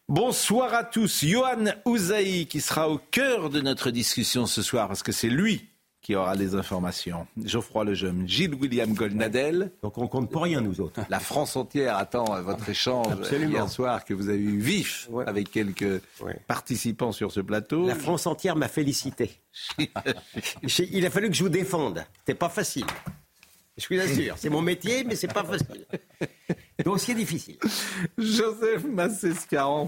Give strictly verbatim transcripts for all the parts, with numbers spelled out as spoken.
Bonsoir à tous. Yohann Ouzaï qui sera au cœur de notre discussion ce soir parce que c'est lui qui aura les informations. Geoffroy Lejeune, Gilles William Goldnadel. Donc on compte pour rien, nous autres. La France entière attend votre échange Absolument. hier soir que vous avez eu vif ouais. avec quelques ouais. participants sur ce plateau. La France entière m'a félicité. Il a fallu que je vous défende. C'était pas facile. Je vous assure, c'est mon métier, mais c'est pas facile. Dossier difficile. Joseph Massescaron.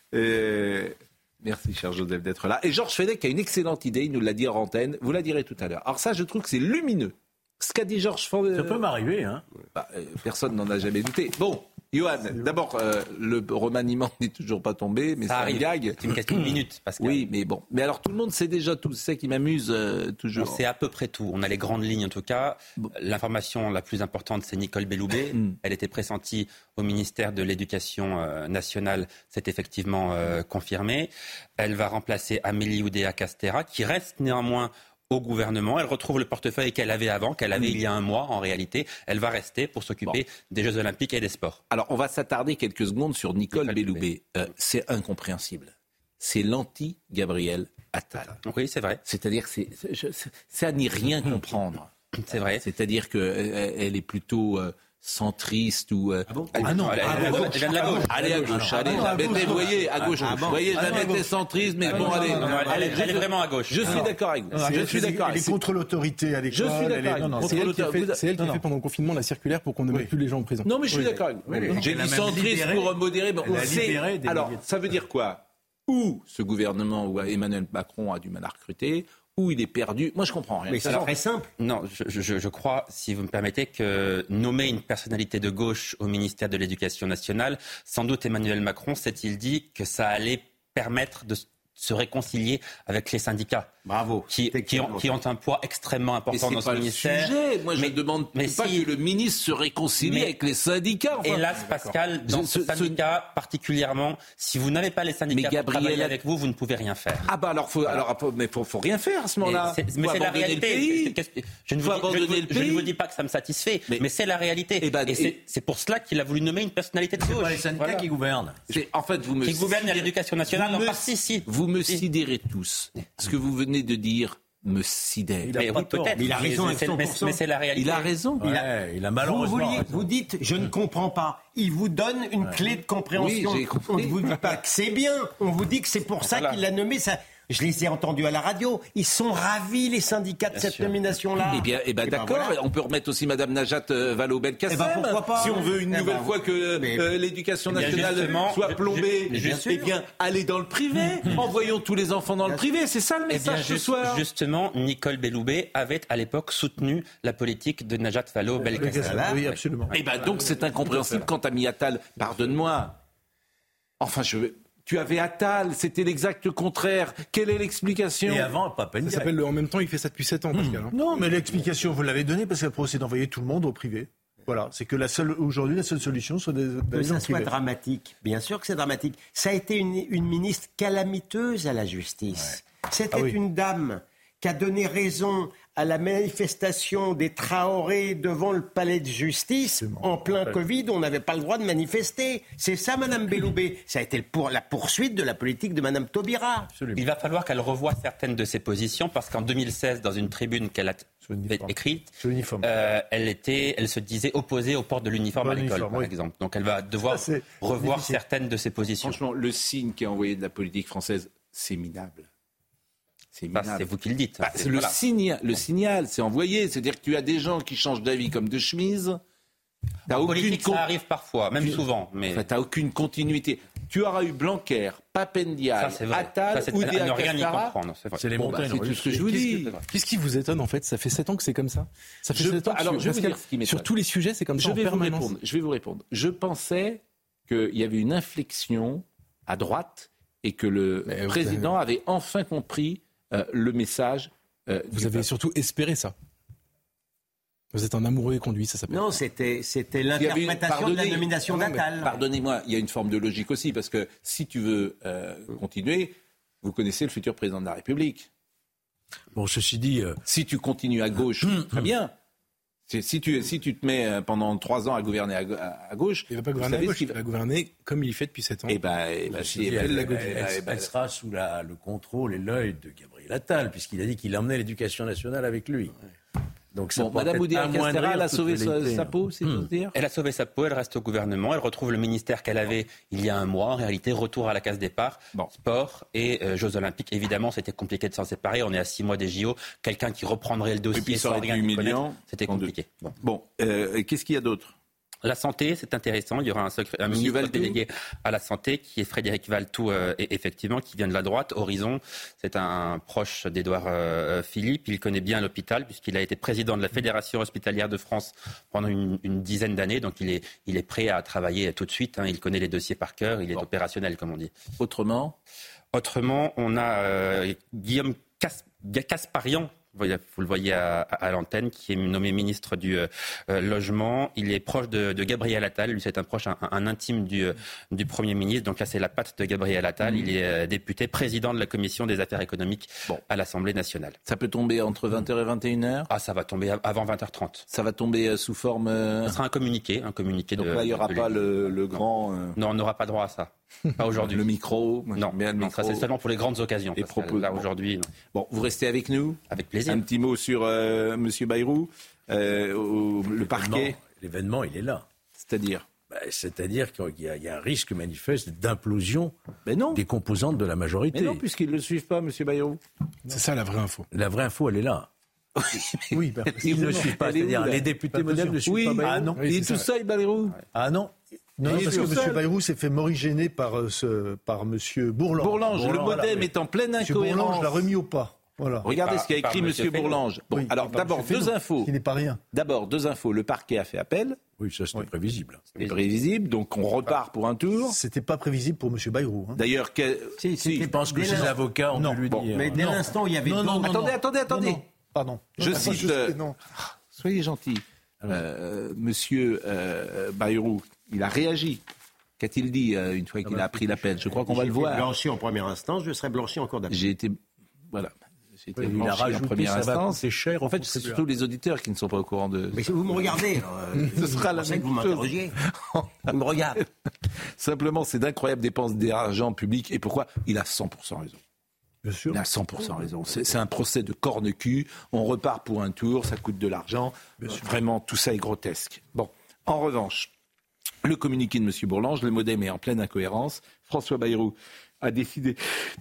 Euh... Merci, cher Joseph, d'être là. Et Georges Fenech a une excellente idée, il nous l'a dit en antenne. Vous la direz tout à l'heure. Alors ça, je trouve que c'est lumineux. Ce qu'a dit Georges Fenech... Ça peut m'arriver, hein. Bah, euh, personne n'en a jamais douté. Bon, Yohann, d'abord, euh, le remaniement n'est toujours pas tombé, mais ça c'est arrive. un gag. C'est une question de minutes, Pascal. Oui, mais bon. Mais alors, tout le monde sait déjà tout. C'est ça qui m'amuse euh, toujours. On sait à peu près tout. On a les grandes lignes, en tout cas. Bon. L'information la plus importante, c'est Nicole Belloubet. Elle était pressentie au ministère de l'Éducation euh, nationale. C'est effectivement euh, confirmé. Elle va remplacer Amélie Oudéa-Castéra, qui reste néanmoins au gouvernement. Elle retrouve le portefeuille qu'elle avait avant, qu'elle avait mmh. il y a un mois en réalité. Elle va rester pour s'occuper bon. des Jeux Olympiques et des sports. Alors on va s'attarder quelques secondes sur Nicole, Nicole Belloubet. Euh, c'est incompréhensible. C'est l'anti-Gabriel Attal. Oui, c'est vrai. C'est-à-dire que c'est, c'est, c'est, c'est à n'y rien comprendre. C'est vrai. C'est-à-dire qu'elle est plutôt... Euh, centriste ou euh... ah, bon ah non, elle vient de la gauche. Allez à gauche, allez. Vous voyez à gauche, vous voyez, jamais été centriste, mais bon, allez. Elle est vraiment à gauche. Je suis d'accord avec vous. Je suis d'accord. Elle est contre l'autorité à l'école. Je suis d'accord. C'est elle qui a fait, c'est elle qui a fait pendant le confinement la circulaire pour qu'on ne mette plus les gens en prison. Non, mais je suis d'accord avec vous. J'ai dit centriste pour modérer. Alors, ça veut dire quoi ? Ou ce gouvernement où Emmanuel Macron a du mal à recruter, où il est perdu. Moi, je comprends rien. Mais c'est très simple. Non, je, je, je crois, si vous me permettez, que nommer une personnalité de gauche au ministère de l'Éducation nationale, sans doute Emmanuel Macron s'est-il dit que ça allait permettre de se réconcilier avec les syndicats. Bravo. Qui, qui, ont, qui ont un poids extrêmement important dans ce ministère. Sujet. Moi, je ne demande mais pas si, que le ministre se réconcilie mais, avec les syndicats. Enfin. Hélas, Pascal, dans ce, ce syndicat ce... particulièrement, si vous n'avez pas les syndicats pour Gabriel... travailler avec vous, vous ne pouvez rien faire. Ah bah alors, faut, voilà. alors mais faut, faut rien faire à ce moment-là. Mais c'est, mais c'est la réalité. Je ne vous, dis, je, vous, je ne vous dis pas que ça me satisfait, mais, mais c'est la réalité. Et, bah, et c'est, c'est pour cela qu'il a voulu nommer une personnalité de gauche. C'est pas les syndicats voilà. qui gouvernent. C'est, en fait, vous me qui gouvernent à l'éducation nationale en partie, si. Vous me sidérez tous. Ce que vous venez de dire me sidère. Il a, mais oui, peut-être. Mais il a raison avec cent pour cent. Mais c'est la réalité. Il a raison. Ouais, il, a, il a malheureusement vous, vous dites, je ne comprends pas. Il vous donne une ouais. clé de compréhension. Oui, j'ai compris. On ne vous dit pas que c'est bien. On vous dit que c'est pour ça voilà. qu'il l'a nommé. Ça... Je les ai entendus à la radio. Ils sont ravis, les syndicats, de bien cette sûr. nomination-là. Eh bien, eh ben, eh ben d'accord. Voilà. On peut remettre aussi Madame Najat Vallaud-Belkacem. Eh ben, pourquoi pas, si on veut une eh nouvelle ben, fois que mais, euh, l'éducation nationale soit plombée, je, je, eh bien, allez dans le privé. Envoyons tous les enfants dans le privé. C'est ça le message eh bien, ce juste, soir. Justement, Nicole Belloubet avait à l'époque soutenu la politique de Najat Vallaud-Belkacem. Oui, absolument. Eh ben, donc c'est incompréhensible quant à Attal. Pardonne-moi. Enfin, je vais... Tu avais Attal, c'était l'exact contraire. Quelle est l'explication ? Et avant, pas peine. Ça s'appelle le en même temps, il fait ça depuis sept ans, Pascal. Mmh. Hein. Non, mais l'explication, vous l'avez donnée parce qu'elle procède d'envoyer tout le monde au privé. Voilà, c'est que la seule, aujourd'hui, la seule solution, c'est d'aller que ça soit privé. dramatique. Bien sûr que c'est dramatique. Ça a été une, une ministre calamiteuse à la justice. Ouais. C'était ah oui. une dame qui a donné raison à la manifestation des Traoré devant le palais de justice en plein Covid, on n'avait pas le droit de manifester. C'est ça, Madame Belloubet. Ça a été pour la poursuite de la politique de Madame Taubira. Absolument. Il va falloir qu'elle revoie certaines de ses positions parce qu'en deux mille seize, dans une tribune qu'elle a écrite, euh, elle était, elle se disait opposée au port de l'uniforme à l'école, par oui. exemple. Donc elle va devoir ça, revoir difficile. certaines de ses positions. Franchement, le signe qui est envoyé de la politique française, c'est minable. C'est, bah, c'est vous qui le dites. Bah, c'est le, voilà. signe, le signal, c'est envoyé. C'est-à-dire que tu as des gens qui changent d'avis comme de chemise. T'as en aucune politique, con... ça arrive parfois, même tu... souvent. Mais... Enfin, tu n'as aucune continuité. Tu auras eu Blanquer, Papendiaï, Attal, Oudéa-Castéra. C'est, c'est les bon, montagnes. Bah, c'est tout ce que je vous dis. Qu'est-ce qui vous étonne en fait ? Ça fait sept ans que c'est comme ça. Ça fait je, sept ans. Alors, que je vais vous dire ce qui m'étonne. Sur tous les sujets, c'est comme ça je en vais permanence. Vous répondre. Je vais vous répondre. Je pensais qu'il y avait une inflexion à droite et que le Mais président avez... avait enfin compris Euh, le message. Euh, vous avez peuple. surtout espéré ça. Vous êtes un amoureux éconduit, ça s'appelle. Non, c'était, c'était l'interprétation une... de la nomination non, d'Attal. Pardonnez-moi, il y a une forme de logique aussi, parce que si tu veux euh, continuer, vous connaissez le futur président de la République. Bon, ceci dit... Euh... Si tu continues à gauche, très bien. Si tu, si tu te mets pendant trois ans à gouverner à, à gauche... Il ne va pas gouverner à gauche, il va gouverner comme il fait depuis sept ans. Et ben, et ben, si, elle, elle, elle, elle, elle, elle sera sous la, le contrôle et l'œil de Gabriel Attal, puisqu'il a dit qu'il emmenait l'éducation nationale avec lui. Ouais. Donc, ça bon, Madame Oudéa-Castéra, elle a sauvé sa, sa peau, c'est mmh. dire. Elle a sauvé sa peau, elle reste au gouvernement, elle retrouve le ministère qu'elle avait il y a un mois. En réalité, retour à la case départ, bon. Sport et euh, Jeux Olympiques. Évidemment, c'était compliqué de s'en séparer. On est à six mois des J O. Quelqu'un qui reprendrait le dossier sans rien connaître, c'était compliqué. Bon, bon euh, qu'est-ce qu'il y a d'autre ? La santé, c'est intéressant. Il y aura un, secré... un ministre Valtou. délégué à la santé qui est Frédéric Valtou, euh, et effectivement, qui vient de la droite. Horizon, c'est un proche d'Édouard euh, Philippe. Il connaît bien l'hôpital puisqu'il a été président de la Fédération hospitalière de France pendant une, une dizaine d'années. Donc il est, il est prêt à travailler tout de suite. Hein. Il connaît les dossiers par cœur. Il est bon. opérationnel, comme on dit. Autrement Autrement, on a euh, Guillaume Cas... Casparian. Vous le voyez à, à l'antenne, qui est nommé ministre du euh, Logement. Il est proche de, de Gabriel Attal. Lui, c'est un proche, un, un intime du, du Premier ministre. Donc là, c'est la patte de Gabriel Attal. Mmh. Il est euh, député, président de la Commission des affaires économiques bon. à l'Assemblée nationale. Ça peut tomber entre vingt heures et vingt et une heures ? Ah, ça va tomber avant vingt heures trente. Ça va tomber euh, sous forme... Euh... Ça sera un communiqué. Un communiqué Donc de, là, il n'y aura pas le, le grand... Euh... Non, on n'aura pas droit à ça. Pas aujourd'hui. Le micro, non, bien le non micro. Ça c'est seulement pour les grandes occasions. Et propos. Là aujourd'hui. Non. Bon, vous restez avec nous. Avec plaisir. Un petit mot sur euh, Monsieur Bayrou, euh, au, le parquet. L'événement, il est là. C'est-à-dire bah, C'est-à-dire qu'il y a, il y a un risque manifeste d'implosion Mais non. des composantes de la majorité. Mais non, puisqu'ils ne le suivent pas, Monsieur Bayrou. C'est ça la vraie info. La vraie info, elle est là. oui, bah, ils ne suivent pas. C'est-à-dire les députés modernes ne suivent oui, pas Bayrou. Ah non, il est tout seul, Bayrou. Ah non. Non, non parce que M. Bayrou s'est fait morigéner par, euh, ce, par M. Bourlange. Bourlange, Bourlange le modem voilà, est en pleine incohérence. M. Bourlange l'a remis au pas. Voilà. Regardez par, ce qu'a écrit M. Bourlange. Bon, oui, alors d'abord, deux infos. Qui n'est pas rien. D'abord, deux infos. Le parquet a fait appel. Oui, ça c'était oui. prévisible. C'était prévisible, donc on repart pour un tour. C'était pas prévisible pour M. Bayrou. Hein. D'ailleurs, quel... si, si, je pense que ses avocats ont non, dû lui bon, dire. Mais dès l'instant, il y avait... Non, non, non, attendez, attendez, attendez. Non, non. Pardon. Je non, cite... Je sais, non. Soyez gentil. Euh, Monsieur euh, Bayrou, il a réagi. Qu'a-t-il dit euh, une fois qu'il ah bah, a appris l'appel ? Je crois qu'on va le voir. Blanchi en première instance, je serai blanchi encore d'après. J'ai été, voilà, j'ai été oui, blanchi il a en première instance. C'est cher. En fait, c'est surtout les auditeurs qui ne sont pas au courant de. Mais si vous me regardez, euh, ce sera la même que vous m'interrogiez. Vous me regardez. Simplement, c'est d'incroyables dépenses d'argent public. Et pourquoi ? Il a cent pour cent raison. Bien sûr. Il a cent pour cent raison. C'est, c'est un procès de corne-cul. On repart pour un tour, ça coûte de l'argent. Vraiment, tout ça est grotesque. Bon, en revanche. Le communiqué de M. Bourlange, le modem est en pleine incohérence. François Bayrou a décidé...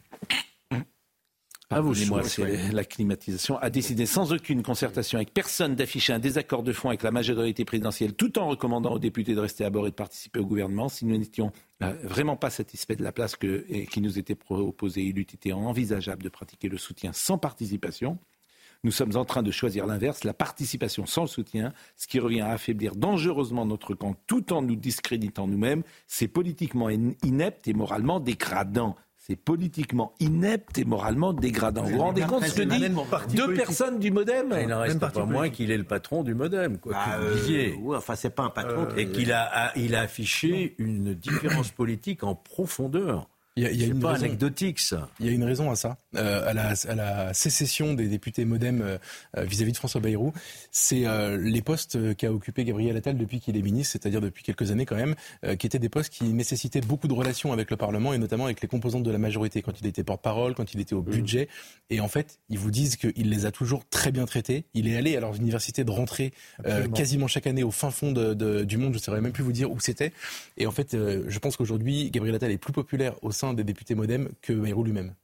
Ah, vous moi c'est la climatisation, a décidé sans aucune concertation avec personne d'afficher un désaccord de fond avec la majorité présidentielle tout en recommandant aux députés de rester à bord et de participer au gouvernement. Si nous n'étions vraiment pas satisfaits de la place que, et, qui nous était proposée, il eût été envisageable de pratiquer le soutien sans participation. Nous sommes en train de choisir l'inverse, la participation sans le soutien, ce qui revient à affaiblir dangereusement notre camp tout en nous discréditant nous-mêmes. C'est politiquement inepte et moralement dégradant. C'est politiquement inepte et moralement dégradant. Vous vous rendez compte ce que dit deux politique. personnes du Modem ? Il n'en reste pas moins qu'il est le patron du Modem, quoi. Bah, que vous disiez. Euh, ouais, enfin, c'est pas un patron. Euh, et qu'il a, a, il a affiché une différence politique en profondeur. Il y a, il y a c'est une pas raison. anecdotique, ça. Il y a une raison à ça. Euh, à, la, à la sécession des députés Modem euh, vis-à-vis de François Bayrou, c'est euh, les postes qu'a occupé Gabriel Attal depuis qu'il est ministre, c'est-à-dire depuis quelques années quand même, euh, qui étaient des postes qui nécessitaient beaucoup de relations avec le Parlement et notamment avec les composantes de la majorité, quand il était porte-parole, quand il était au budget. Mmh. Et en fait, ils vous disent qu'il les a toujours très bien traités. Il est allé à leur université de rentrer euh, quasiment chaque année au fin fond de, de, du monde. Je ne saurais même plus vous dire où c'était. Et en fait, euh, je pense qu'aujourd'hui, Gabriel Attal est plus populaire au sein des députés Modem que Bayrou lui-même.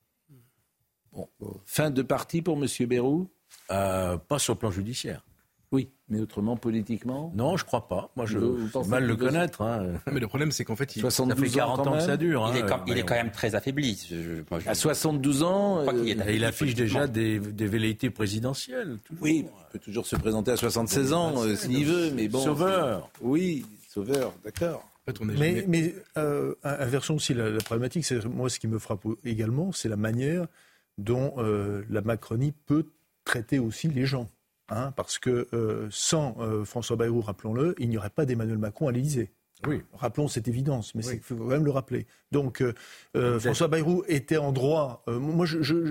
Bon. Fin de partie pour M. Bayrou ? euh, Pas sur le plan judiciaire. Oui, mais autrement, politiquement ? Non, je crois pas. Moi, je veux mal le connaître. Hein. Mais le problème, c'est qu'en fait, il... ça fait quarante ans que ça dure. Il, hein, est, quand, il est quand même très affaibli. Je, moi, je... À soixante-douze ans, euh, il, il affiche déjà des, des velléités présidentielles. Toujours. Oui, il peut toujours se présenter à soixante-seize ans, euh, s'il veut, mais bon... Sauveur. Oui, sauveur, d'accord. En fait, on mais jamais... mais euh, inversons aussi la, la problématique. C'est, moi, ce qui me frappe également, c'est la manière dont euh, la Macronie peut traiter aussi les gens. Hein, parce que euh, sans euh, François Bayrou, rappelons-le, il n'y aurait pas d'Emmanuel Macron à l'Élysée. Oui. Rappelons cette évidence, mais il oui. faut quand même le rappeler. Donc, euh, euh, François Bayrou était en droit. Euh, moi, je, je,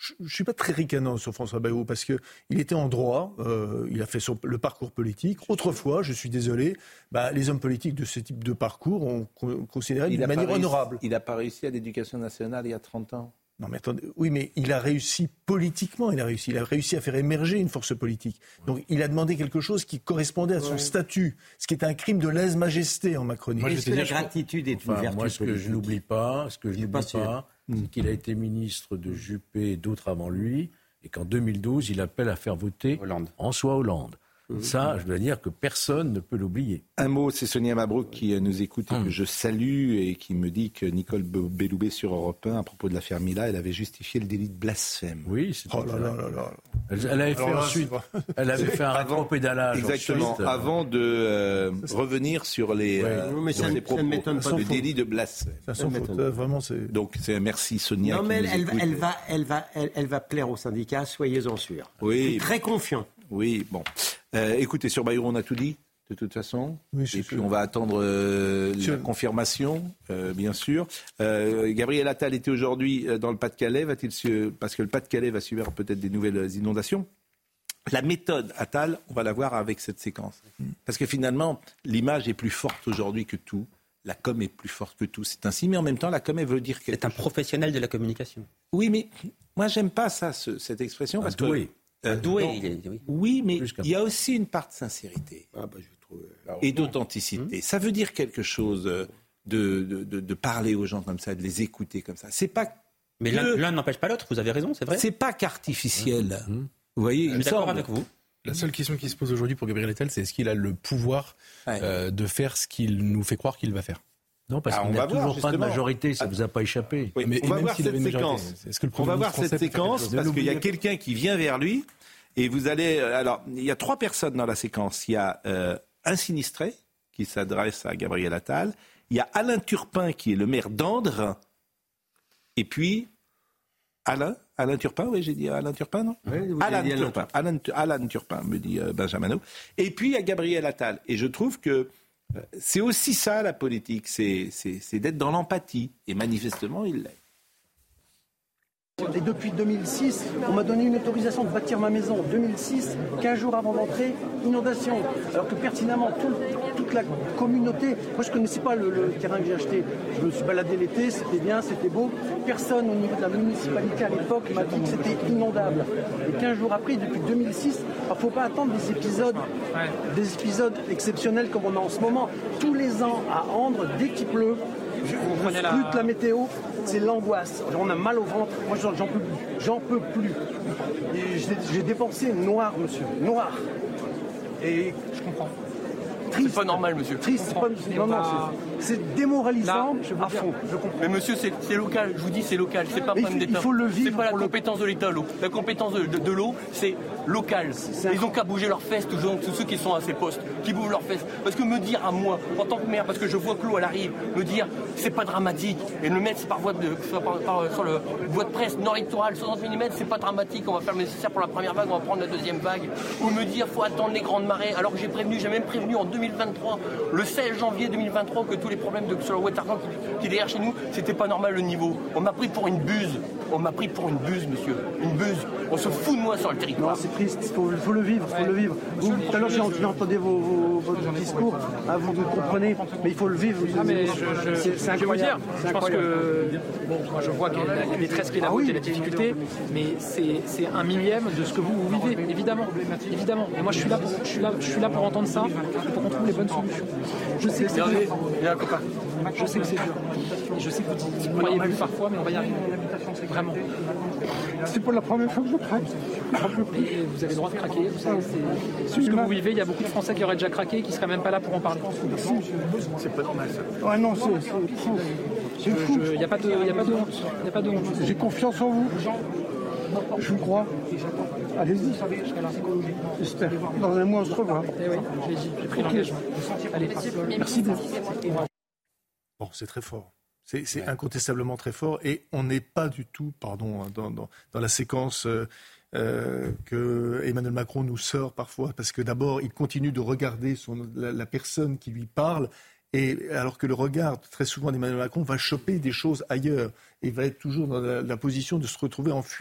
je ne suis pas très ricanant sur François Bayrou parce qu'il était en droit, euh, il a fait son, le parcours politique. Autrefois, je suis désolé, bah, les hommes politiques de ce type de parcours ont considéré d'une manière réussi, honorable. Il n'a pas réussi à l'éducation nationale il y a trente ans. Non mais attendez, oui mais il a réussi politiquement, il a réussi, il a réussi à faire émerger une force politique. Donc il a demandé quelque chose qui correspondait à son ouais. statut, ce qui est un crime de lèse-majesté en Macronie. Moi, je Est-ce que la gratitude est une enfin, vertu moi, ce politique. que je n'oublie pas, ce que je, je n'oublie pas, pas c'est mmh. qu'il a été ministre de Juppé et d'autres avant lui, et qu'en deux mille douze, il appelle à faire voter Hollande. François Hollande. Ça, je dois dire que personne ne peut l'oublier. Un mot, c'est Sonia Mabrouk qui nous écoute et que je salue et qui me dit que Nicole Belloubet sur Europe un, à propos de l'affaire Mila, elle avait justifié le délit de blasphème. Oui, c'est oh là là là là. Elle, elle avait fait là, ensuite, elle avait fait un rétropédalage. Exactement, ensuite, avant de euh, revenir sur les, ouais. euh, mais sur ça, les propos, ça le délit de blasphème. Ça s'en fout, vraiment c'est. Donc c'est merci Sonia. Non qui mais nous elle, écoute. elle va, elle va, elle, elle va plaire aux syndicats, soyez-en sûrs. Oui. Je suis très confiant. Oui, bon. Euh, écoutez, sur Bayrou, on a tout dit, de toute façon. Oui, et puis, sûr. on va attendre euh, la confirmation, euh, bien sûr. Euh, Gabriel Attal était aujourd'hui dans le Pas-de-Calais. Va-t-il se... Parce que le Pas-de-Calais va subir peut-être des nouvelles inondations. La méthode Attal, on va la voir avec cette séquence. Parce que finalement, l'image est plus forte aujourd'hui que tout. La com est plus forte que tout. C'est ainsi, mais en même temps, la com, elle veut dire quelque C'est un chose. Professionnel de la communication. Oui, mais moi, j'aime pas ça, ce, cette expression. Parce doué. que... Euh, doué, non, il est, oui. oui, mais il y a aussi une part de sincérité Ah bah, je trouve, et d'authenticité. Mmh. Ça veut dire quelque chose de, de, de, de parler aux gens comme ça, de les écouter comme ça. C'est pas. Mais que... l'un, l'un n'empêche pas l'autre. Vous avez raison, c'est vrai. C'est pas qu'artificiel. Mmh. Vous voyez, je suis d'accord avec vous. La seule question qui se pose aujourd'hui pour Gabriel Attal, c'est est-ce qu'il a le pouvoir ouais. euh, de faire ce qu'il nous fait croire qu'il va faire? Non, parce ah, qu'il n'a toujours voir, pas de majorité, ça ne vous a pas échappé. Oui, mais on va voir cette séquence. Est-ce que le on va voir cette séquence parce qu'il y a quelqu'un qui vient vers lui et vous allez. Alors, il y a trois personnes dans la séquence. Il y a euh, un sinistré qui s'adresse à Gabriel Attal. Il y a Alain Turpin qui est le maire d'Andres. Et puis Alain, Alain Turpin, oui, j'ai dit Alain Turpin, non oui, Alain Turpin, Alain, Alain Turpin, me dit euh, Benjamin. Et puis il y a Gabriel Attal. Et je trouve que c'est aussi ça, la politique, c'est, c'est, c'est d'être dans l'empathie. Et manifestement, il l'est. Et depuis deux mille six, on m'a donné une autorisation de bâtir ma maison. En deux mille six, quinze jours avant d'entrer, inondation. Alors que pertinemment, tout, toute la communauté... Moi, je ne connaissais pas le, le terrain que j'ai acheté. Je me suis baladé l'été, c'était bien, c'était beau. Personne au niveau de la municipalité à l'époque m'a dit que c'était inondable. Et quinze jours après, depuis deux mille six, il ne faut pas attendre des épisodes, des épisodes exceptionnels comme on a en ce moment. Tous les ans, à Andres, dès qu'il pleut, je, je scrute la... la météo, c'est l'angoisse. On a mal au ventre. Moi, j'en, j'en peux plus. J'en peux plus. Et j'ai, j'ai dépensé noir, monsieur. Noir. Et je comprends. Triste. C'est pas normal, monsieur. Triste, c'est pas... Non, non, c'est, c'est démoralisant. Là, je à fond. Je comprends. Mais monsieur, c'est, c'est local. Je vous dis, c'est local. C'est pas un problème d'État. Il faut le vivre. C'est pas la le... compétence de l'État, l'eau. La compétence de, de, de l'eau, c'est local. C'est Ils ont qu'à bouger leurs fesses, toujours, tous ceux qui sont à ces postes, qui bougent leurs fesses. Parce que me dire à moi, en tant que maire, parce que je vois que l'eau, elle arrive, me dire, c'est pas dramatique, et le mettre par voie de, par, par, sur le voie de presse nord-littoral, soixante millimètres, c'est pas dramatique, on va faire le nécessaire pour la première vague, on va prendre la deuxième vague. Ou me dire, faut attendre les grandes marées, alors que j'ai prévenu, j'ai même prévenu en deux mille vingt-trois, le seize janvier deux mille vingt-trois, que tous les problèmes de, sur le Ouattargan qui, qui derrière chez nous, c'était pas normal le niveau. On m'a pris pour une buse. On m'a pris pour une buse, monsieur. Une buse. On se fout de moi sur le territoire. Non, c'est triste. Il faut, faut le vivre. Il faut ouais. le vivre. Vous, tout à l'heure, j'ai entendu vos, vos, votre discours. Ah, vous le comprenez, mais il faut le vivre. Ah, mais je, je, c'est, c'est incroyable. Je, je pense que, bon, moi, je vois qu'il y a la détresse qui est la vôtre et la difficulté, mais c'est, c'est un millième de ce que vous, vous vivez, évidemment. Évidemment. Et moi, je suis là pour, je suis là, je suis là pour entendre ça, pour qu'on trouve les bonnes solutions. Je sais que c'est dur. Je sais que c'est dur. Et je sais que vous croyez plus parfois, mais on va y arriver. Vraiment. C'est pour la première fois que je craque. Et vous avez le droit de craquer. Vous savez, c'est... Tout ce que vous vivez, il y a beaucoup de Français qui auraient déjà craqué et qui ne seraient même pas là pour en parler. C'est pas normal ça. Ouais, non, c'est, c'est, c'est fou. Il n'y a pas de, y a pas de honte. Y a pas de honte. J'ai confiance en vous. Je vous crois. Allez-y. J'espère. Dans un mois, on se revoit. Eh oui, j'ai dit, j'ai pris l'engagement. Allez, merci beaucoup. Bon, c'est très fort. C'est, c'est ouais. incontestablement très fort. Et on n'est pas du tout, pardon, dans, dans, dans la séquence euh, euh, que Emmanuel Macron nous sort parfois, parce que d'abord, il continue de regarder son, la, la personne qui lui parle, et alors que le regard, très souvent, d'Emmanuel Macron va choper des choses ailleurs, et va être toujours dans la, la position de se retrouver en fuite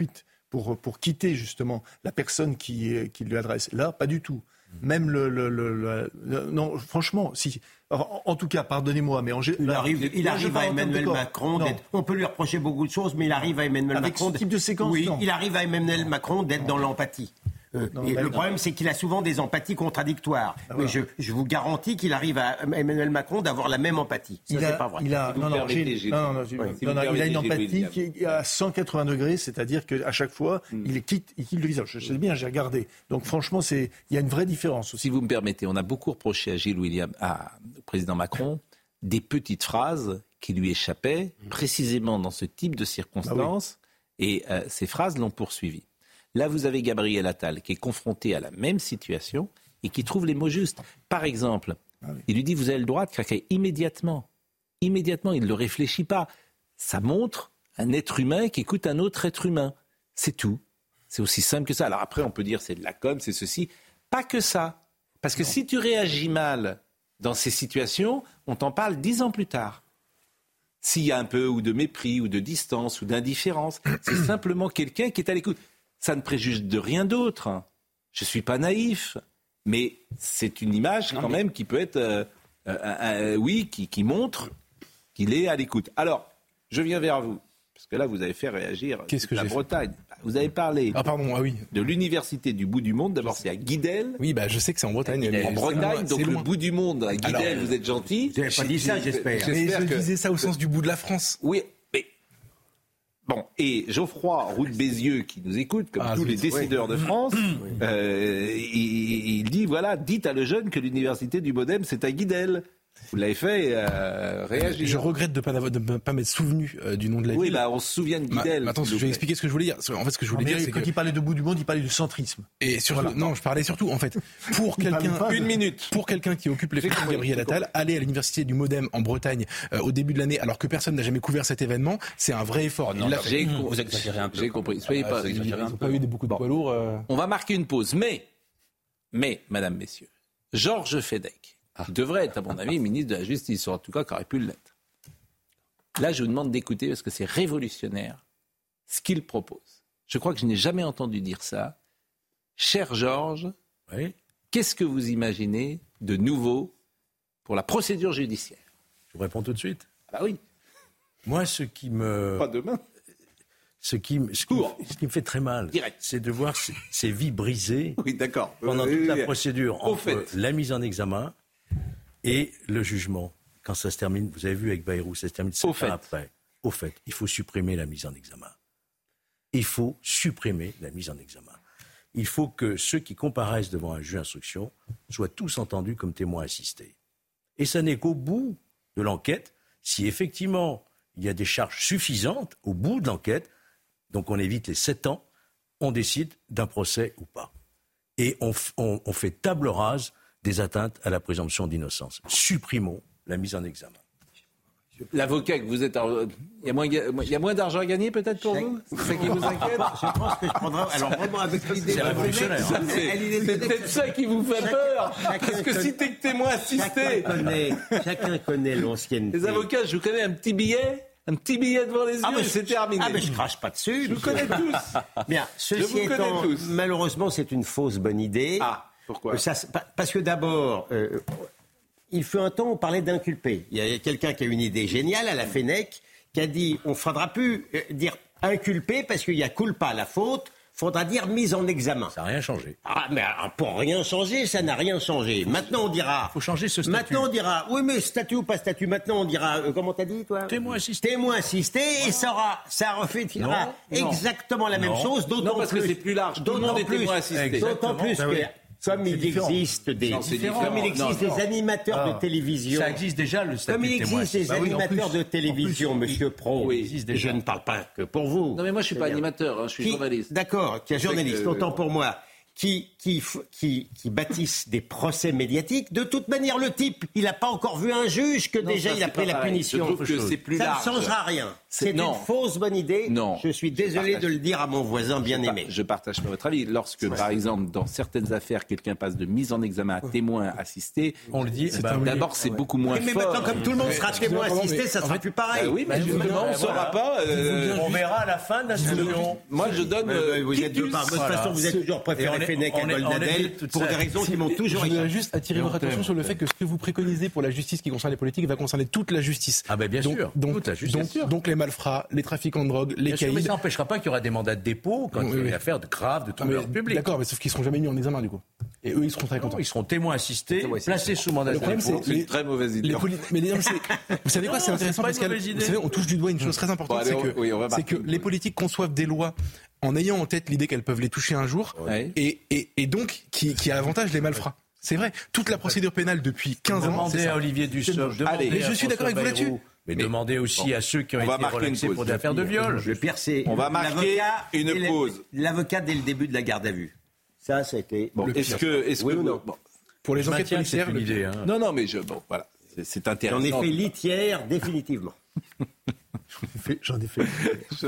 pour, pour quitter justement la personne qui, qui lui adresse. Là, pas du tout. Même le, le, le, le, le non, franchement, si. En, en tout cas, pardonnez-moi, mais en il là, arrive, il arrive à Emmanuel Macron. On peut lui reprocher beaucoup de choses, mais il arrive à Emmanuel Avec Macron. Ce type de séquence, oui, non. il arrive à Emmanuel Macron d'être dans l'empathie. Euh, non, et le non. problème, c'est qu'il a souvent des empathies contradictoires. Ah, mais voilà. je, je vous garantis qu'il arrive à Emmanuel Macron d'avoir la même empathie. Ça, il c'est a, pas vrai. Il a, non, non, Gilles, non, non, oui. non, non, il a une empathie qui est à cent quatre-vingts degrés, c'est-à-dire qu'à chaque fois, mm. il quitte, il quitte le visage. Je sais bien, j'ai regardé. Donc franchement, c'est, il y a une vraie différence aussi. Si vous me permettez, on a beaucoup reproché à Gilles William, à, au président Macron, des petites phrases qui lui échappaient, mm. précisément dans ce type de circonstances, ah, oui. et euh, ces phrases l'ont poursuivi. Là, vous avez Gabriel Attal qui est confronté à la même situation et qui trouve les mots justes. Par exemple, ah oui. il lui dit « vous avez le droit de craquer immédiatement ». Immédiatement, il ne le réfléchit pas. Ça montre un être humain qui écoute un autre être humain. C'est tout. C'est aussi simple que ça. Alors après, on peut dire c'est de la com, c'est ceci. Pas que ça. Parce que non. si tu réagis mal dans ces situations, on t'en parle dix ans plus tard. S'il y a un peu ou de mépris ou de distance ou d'indifférence, c'est simplement quelqu'un qui est à l'écoute. Ça ne préjuge de rien d'autre. Je ne suis pas naïf, mais c'est une image quand même qui peut être, euh, euh, euh, oui, qui, qui montre qu'il est à l'écoute. Alors, je viens vers vous, parce que là, vous avez fait réagir Qu'est-ce que la j'ai Bretagne. Fait vous avez parlé ah, pardon, ah, oui. de l'université du bout du monde. D'abord, c'est à Guidel. Oui, bah, je sais que c'est en Bretagne. Mais en Bretagne, donc le bout du monde, à Guidel, Alors, vous êtes gentil. Vous n'avez pas dit ça, j'espère. Mais je que... disais ça au sens du bout de la France. Oui. Bon, et Geoffroy Roux de Bézieux, qui nous écoute, comme ah, tous les décideurs oui. de France, oui. euh, il, il dit, voilà, dites à le jeune que l'université du Modem, c'est à Guidel. Vous l'avez fait euh, réagir. Je regrette de ne pas, de pas m'être souvenu euh, du nom de la oui, ville. Oui, bah, on se souvient de Guidel. Ma, attends, je vais expliquer ce que je voulais dire. En fait, ce que je voulais non, dire, c'est quand que... il parlait de bout du monde, il parlait de centrisme. Et surtout, voilà. non, je parlais surtout, en fait, pour quelqu'un, de... une minute, pour quelqu'un qui occupe les fonctions de Gabriel Attal, aller à l'université du Modem en Bretagne euh, au début de l'année, alors que personne n'a jamais couvert cet événement, c'est un vrai effort. Non, j'ai com- vous exagérez un peu. J'ai compris. Soyez ah, pas. Ils n'ont pas eu beaucoup de poids lourds. Euh... On va marquer une pause, mais, mais, Madame, Messieurs, Georges Fedec. Ah. Qui devrait être, à mon avis, ministre de la Justice, ou en tout cas, qui aurait pu l'être. Là, je vous demande d'écouter, parce que c'est révolutionnaire, ce qu'il propose. Je crois que je n'ai jamais entendu dire ça. Cher Georges, oui. qu'est-ce que vous imaginez de nouveau pour la procédure judiciaire ? Je vous réponds tout de suite. Ah bah oui. Moi, ce qui me... Pas demain. Ce qui, ce, qui, ce qui me fait très mal, Direct. c'est de voir ces, ces vies brisées oui, d'accord. pendant oui, toute oui, la procédure Au entre fait. la mise en examen et le jugement. Quand ça se termine, vous avez vu avec Bayrou, ça se termine sept ans après. Au fait, il faut supprimer la mise en examen. Il faut supprimer la mise en examen. Il faut que ceux qui comparaissent devant un juge d'instruction soient tous entendus comme témoins assistés. Et ça n'est qu'au bout de l'enquête, si effectivement il y a des charges suffisantes, au bout de l'enquête, donc on évite les sept ans, on décide d'un procès ou pas. Et on, on, on fait table rase des atteintes à la présomption d'innocence. Supprimons la mise en examen. L'avocat que vous êtes... Il y a moins, il y a moins d'argent à gagner peut-être pour vous ? C'est ça qui vous inquiète ? Je pense que je prendrai... Alors vraiment avec l'idée... C'est révolutionnaire. Ça, c'est, c'est peut-être ça qui vous fait chacun, peur. Chacun Parce que si t'es que témoin assisté... Chacun connaît, chacun connaît l'ancienneté. Les avocats, je vous connais un petit billet... Un petit billet devant les yeux, ah, c'est terminé. Ah, mais je crache pas dessus. Je vous connais tous. Bien, ceci étant, tous. malheureusement, c'est une fausse bonne idée. Ah, pourquoi ? Ça, parce que d'abord, euh, il fut un temps, on parlait d'inculper. Il y a quelqu'un qui a une idée géniale à la Fenech, qui a dit, on ne faudra plus dire inculper parce qu'il y a culpa, la faute. Faudra dire mise en examen. Ça n'a rien changé. Ah, mais pour rien changer, ça n'a rien changé. Maintenant, on dira... Il faut changer ce statut. Maintenant, on dira... Oui, mais statut ou pas statut. Maintenant, on dira... Euh, comment t'as dit, toi ? Témoin assisté. Témoin assisté, et ça, aura, ça reflétira non, exactement non. la même non. chose. D'autant non, parce plus, que c'est plus large. Tout le monde est témoin assisté. D'autant plus que... Oui. Comme il, existe des, non, comme il existe non, des animateurs ah, de télévision. Ça existe déjà, le statut Comme il existe des bah oui, animateurs plus, de télévision, plus, Monsieur Pro. Oui, et je ne parle pas que pour vous. Non, mais moi, je ne suis pas animateur, hein, je suis qui, journaliste. D'accord, qui est journaliste, autant pour moi. qui, qui, qui, qui bâtissent des procès médiatiques. De toute manière, le type, il n'a pas encore vu un juge que non, déjà ça, il a pris la pareil. punition. Je trouve que c'est plus ça large. ne changera rien. C'est, c'est une fausse bonne idée. Non. Je suis désolé je de le dire à mon voisin bien je aimé. Je partage pas votre avis. Lorsque, par exemple, dans certaines affaires, quelqu'un passe de mise en examen à témoin assisté, on le dit. Bah, d'abord, c'est beaucoup moins mais fort. Mais maintenant, comme tout le monde sera témoin assisté, ça sera plus pareil. Bah oui, mais justement, on ne saura pas. Euh, on verra à la fin de la session. Moi, je donne. Euh, vous êtes de, par, de toute voilà. façon, vous êtes toujours préféré Fenech à Goldnadel pour des raisons qui m'ont toujours échappé. Je voudrais juste attirer votre attention sur le fait que ce que vous préconisez pour la justice qui concerne les politiques va concerner toute la justice. Ah ben bien donc, sûr. Donc, toute la justice. Donc, donc les malfrats, les trafiquants de drogue, les caïds. Mais ça n'empêchera pas qu'il y aura des mandats de dépôt quand il y a une affaire de grave de trouble public. D'accord, mais sauf qu'ils ne seront jamais mis en examen du coup. Et eux, ils seront très contents. Ils seront témoins assistés, placés sous mandat de dépôt. C'est une très mauvaise idée. Mais vous savez quoi, c'est intéressant parce qu'on touche du doigt une chose très importante, c'est que les politiques conçoivent des lois en ayant en tête l'idée qu'elles peuvent les toucher un jour, ouais. et, et, et donc qui, qui avantage les malfrats. C'est vrai, toute la procédure pénale depuis quinze ans. Demandez à Olivier Dussopt, demandez mais je suis d'accord avec vous là-dessus. Mais, mais demandez aussi bon, à ceux qui ont été relaxés pour des affaires de viol. Je Pierre, c'est on va marquer une pause. L'avocat dès le début de la garde à vue. Ça, ça a été. Bon, est-ce que, est-ce oui que ou non bon, pour les enquêtes policières, une idée. Hein. Non, non, mais je, bon, voilà, c'est, c'est intéressant. J'en ai fait litière définitivement. j'en ai fait. J'en ai fait. je...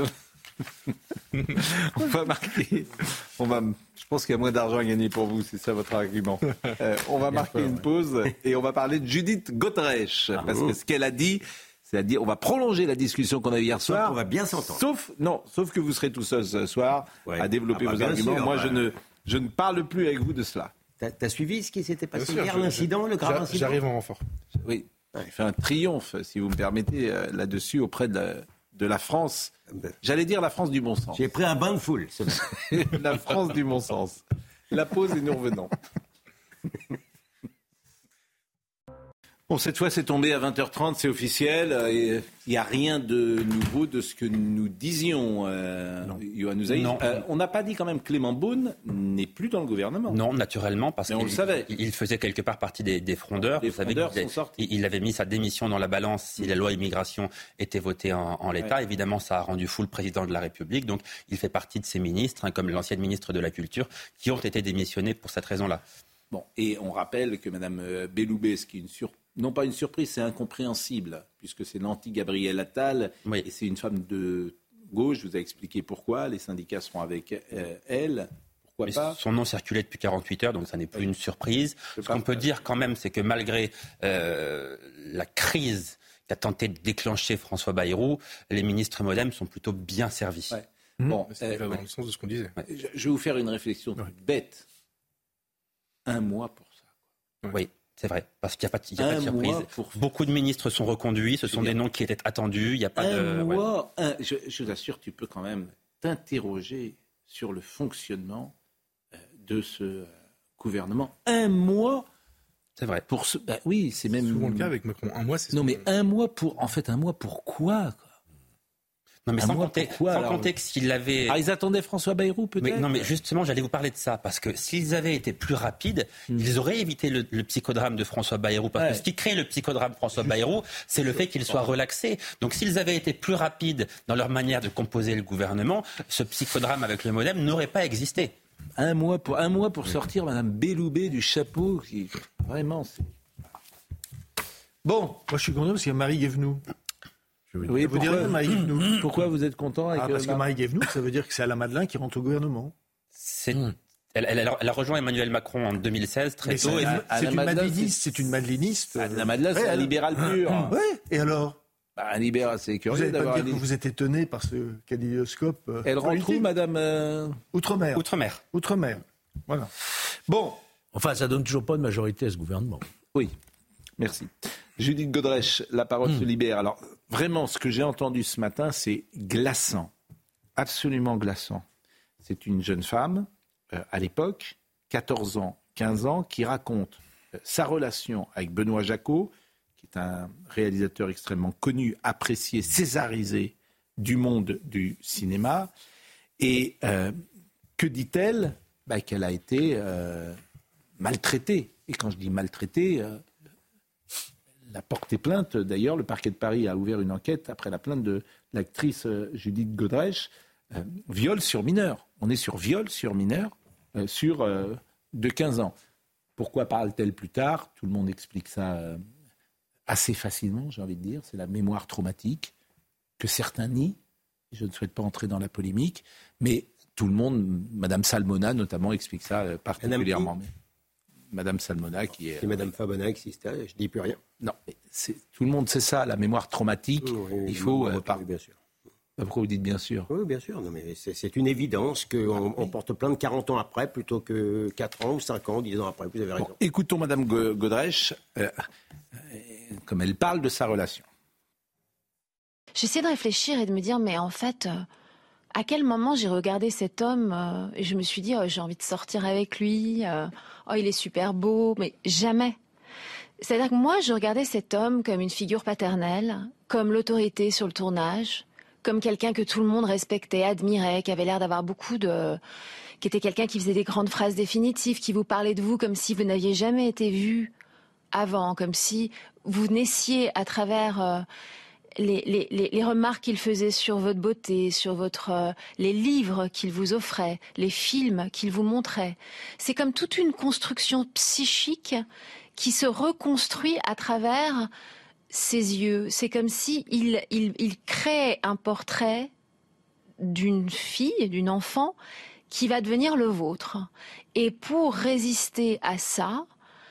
on va marquer. On va. Je pense qu'il y a moins d'argent à gagner pour vous, c'est ça votre argument. Euh, on va marquer une pause et on va parler de Judith Godrèche ah, parce bon. que ce qu'elle a dit. C'est-à-dire, on va prolonger la discussion qu'on a eue hier soir. On va bien s'entendre. Sauf, non, sauf que vous serez tout seul ce soir ouais. à développer ah bah vos arguments. Sûr, Moi, ouais. je, ne, je ne parle plus avec vous de cela. T'as, t'as suivi ce qui s'était passé hier, sûr, l'incident, je, le grave incident ? J'arrive en renfort. Oui, j'ai fait un triomphe, si vous me permettez, euh, là-dessus, auprès de la, de la France. J'allais dire la France du bon sens. J'ai pris un bain de foule. C'est la France du bon sens. La pause et nous revenons. Bon, cette fois, c'est tombé à vingt heures trente, c'est officiel. Il n'y a rien de nouveau de ce que nous disions, euh, Yohann Usaïd. Euh, on n'a pas dit quand même que Clément Beaune n'est plus dans le gouvernement. Non, naturellement, parce qu'il il, il faisait quelque part partie des, des frondeurs. Les Vous frondeurs savez sont sortis. Il, il avait mis sa démission dans la balance si la loi immigration était votée en, en l'état. Ouais. Évidemment, ça a rendu fou le président de la République. Donc, il fait partie de ces ministres, hein, comme l'ancienne ministre de la Culture, qui ont été démissionnés pour cette raison-là. Bon, et on rappelle que Mme Belloubet, ce qui est une surprise, non pas une surprise, c'est incompréhensible, puisque c'est l'anti-Gabriel Attal, oui. et c'est une femme de gauche, je vous ai expliqué pourquoi, les syndicats seront avec euh, elle, pourquoi Mais pas. Son nom circulait depuis quarante-huit heures, donc ça n'est plus oui. une surprise. Ce qu'on peut dire quand même, c'est que malgré euh, la crise qu'a tenté de déclencher François Bayrou, les ministres modem sont plutôt bien servis. Ouais. Mmh. Bon, c'est euh, dans le sens de ce qu'on disait. Ouais. Je, je vais vous faire une réflexion ouais. bête. Un mois pour ça. Ouais. Oui. C'est vrai, parce qu'il n'y a pas, il y a pas de surprise. Pour... Beaucoup de ministres sont reconduits, ce sont des noms qui étaient attendus. Il n'y a pas un de. Mois, ouais. un, je, je t'assure, tu peux quand même t'interroger sur le fonctionnement de ce gouvernement. Un mois. C'est vrai. Pour ce, bah oui, c'est même. C'est souvent le cas avec Macron. Un mois, c'est. Non, mais un mois pour. En fait, un mois pour quoi, quoi Non, mais sans compter, pourquoi, sans compter que s'ils l'avaient... Ah, ils attendaient François Bayrou, peut-être mais, Non, mais justement, j'allais vous parler de ça, parce que s'ils avaient été plus rapides, mmh. ils auraient évité le, le psychodrame de François Bayrou. Parce ouais. que ce qui crée le psychodrame François Bayrou, c'est le fait qu'il soit relaxé. Donc s'ils avaient été plus rapides dans leur manière de composer le gouvernement, ce psychodrame avec le modem n'aurait pas existé. Un mois pour, un mois pour sortir Mme Belloubet du chapeau, qui... vraiment, c'est... Bon. Moi, je suis content parce qu'il y a Marie Guévenoux. Oui, vous dire Marie Guévenoux. Pourquoi vous êtes content avec ah, Parce que Marie Guévenoux, ça veut dire que c'est Alain Madelin qui rentre au gouvernement. C'est... Mmh. Elle, elle, elle a rejoint Emmanuel Macron en deux mille seize, très Mais tôt. C'est, et c'est, c'est une madéliniste. C'est une madéliniste. Alain Madelin, c'est ouais, un libéral pur. Oui, et alors bah, un libéral, c'est curieux. Vous n'allez d'avoir pas dire un... que vous êtes étonné par ce kaléidoscope euh, Elle rentre où, Madame euh... Outre-mer. Outre-mer. Outre-mer. Voilà. Bon. Enfin, ça donne toujours pas de majorité à ce gouvernement. Oui. Merci. Judith Godrèche, la parole mmh. se libère. Alors, vraiment, ce que j'ai entendu ce matin, c'est glaçant. Absolument glaçant. C'est une jeune femme, euh, à l'époque, quatorze ans, quinze ans, qui raconte euh, sa relation avec Benoît Jacquot, qui est un réalisateur extrêmement connu, apprécié, césarisé du monde du cinéma. Et euh, que dit-elle ? Bah, qu'elle a été euh, maltraitée. Et quand je dis maltraitée... Euh, Elle a porté plainte, d'ailleurs, le parquet de Paris a ouvert une enquête après la plainte de l'actrice Judith Godrèche. Euh, viol sur mineur. On est sur viol sur mineur. euh, sur euh, de quinze ans. Pourquoi parle-t-elle plus tard ? Tout le monde explique ça euh, assez facilement, j'ai envie de dire. C'est la mémoire traumatique que certains nient. Je ne souhaite pas entrer dans la polémique, mais tout le monde, Madame Salmona notamment, explique ça euh, particulièrement. Madame, Madame Salmona qui est... C'est Madame Fabana qui existe, je ne dis plus rien. Non, mais c'est, tout le monde sait ça, la mémoire traumatique. Oui, il faut... Oui, euh, par... bien sûr. Pourquoi vous dites bien sûr ? Oui, bien sûr. Non, mais c'est, c'est une évidence qu'on on porte plainte quarante ans après plutôt que quatre ans ou cinq ans, dix ans après. Vous avez raison. Bon, écoutons Madame Godrèche, euh, euh, comme elle parle de sa relation. J'essaie de réfléchir et de me dire, mais en fait, euh, à quel moment j'ai regardé cet homme euh, et je me suis dit, oh, j'ai envie de sortir avec lui, euh, oh, il est super beau, mais jamais. C'est-à-dire que moi, je regardais cet homme comme une figure paternelle, comme l'autorité sur le tournage, comme quelqu'un que tout le monde respectait, admirait, qui avait l'air d'avoir beaucoup de... qui était quelqu'un qui faisait des grandes phrases définitives, qui vous parlait de vous comme si vous n'aviez jamais été vu avant, comme si vous naissiez à travers euh, les, les, les, les remarques qu'il faisait sur votre beauté, sur votre, euh, les livres qu'il vous offrait, les films qu'il vous montrait. C'est comme toute une construction psychique qui se reconstruit à travers ses yeux. C'est comme si il, il, il crée un portrait d'une fille, d'une enfant, qui va devenir le vôtre. Et pour résister à ça,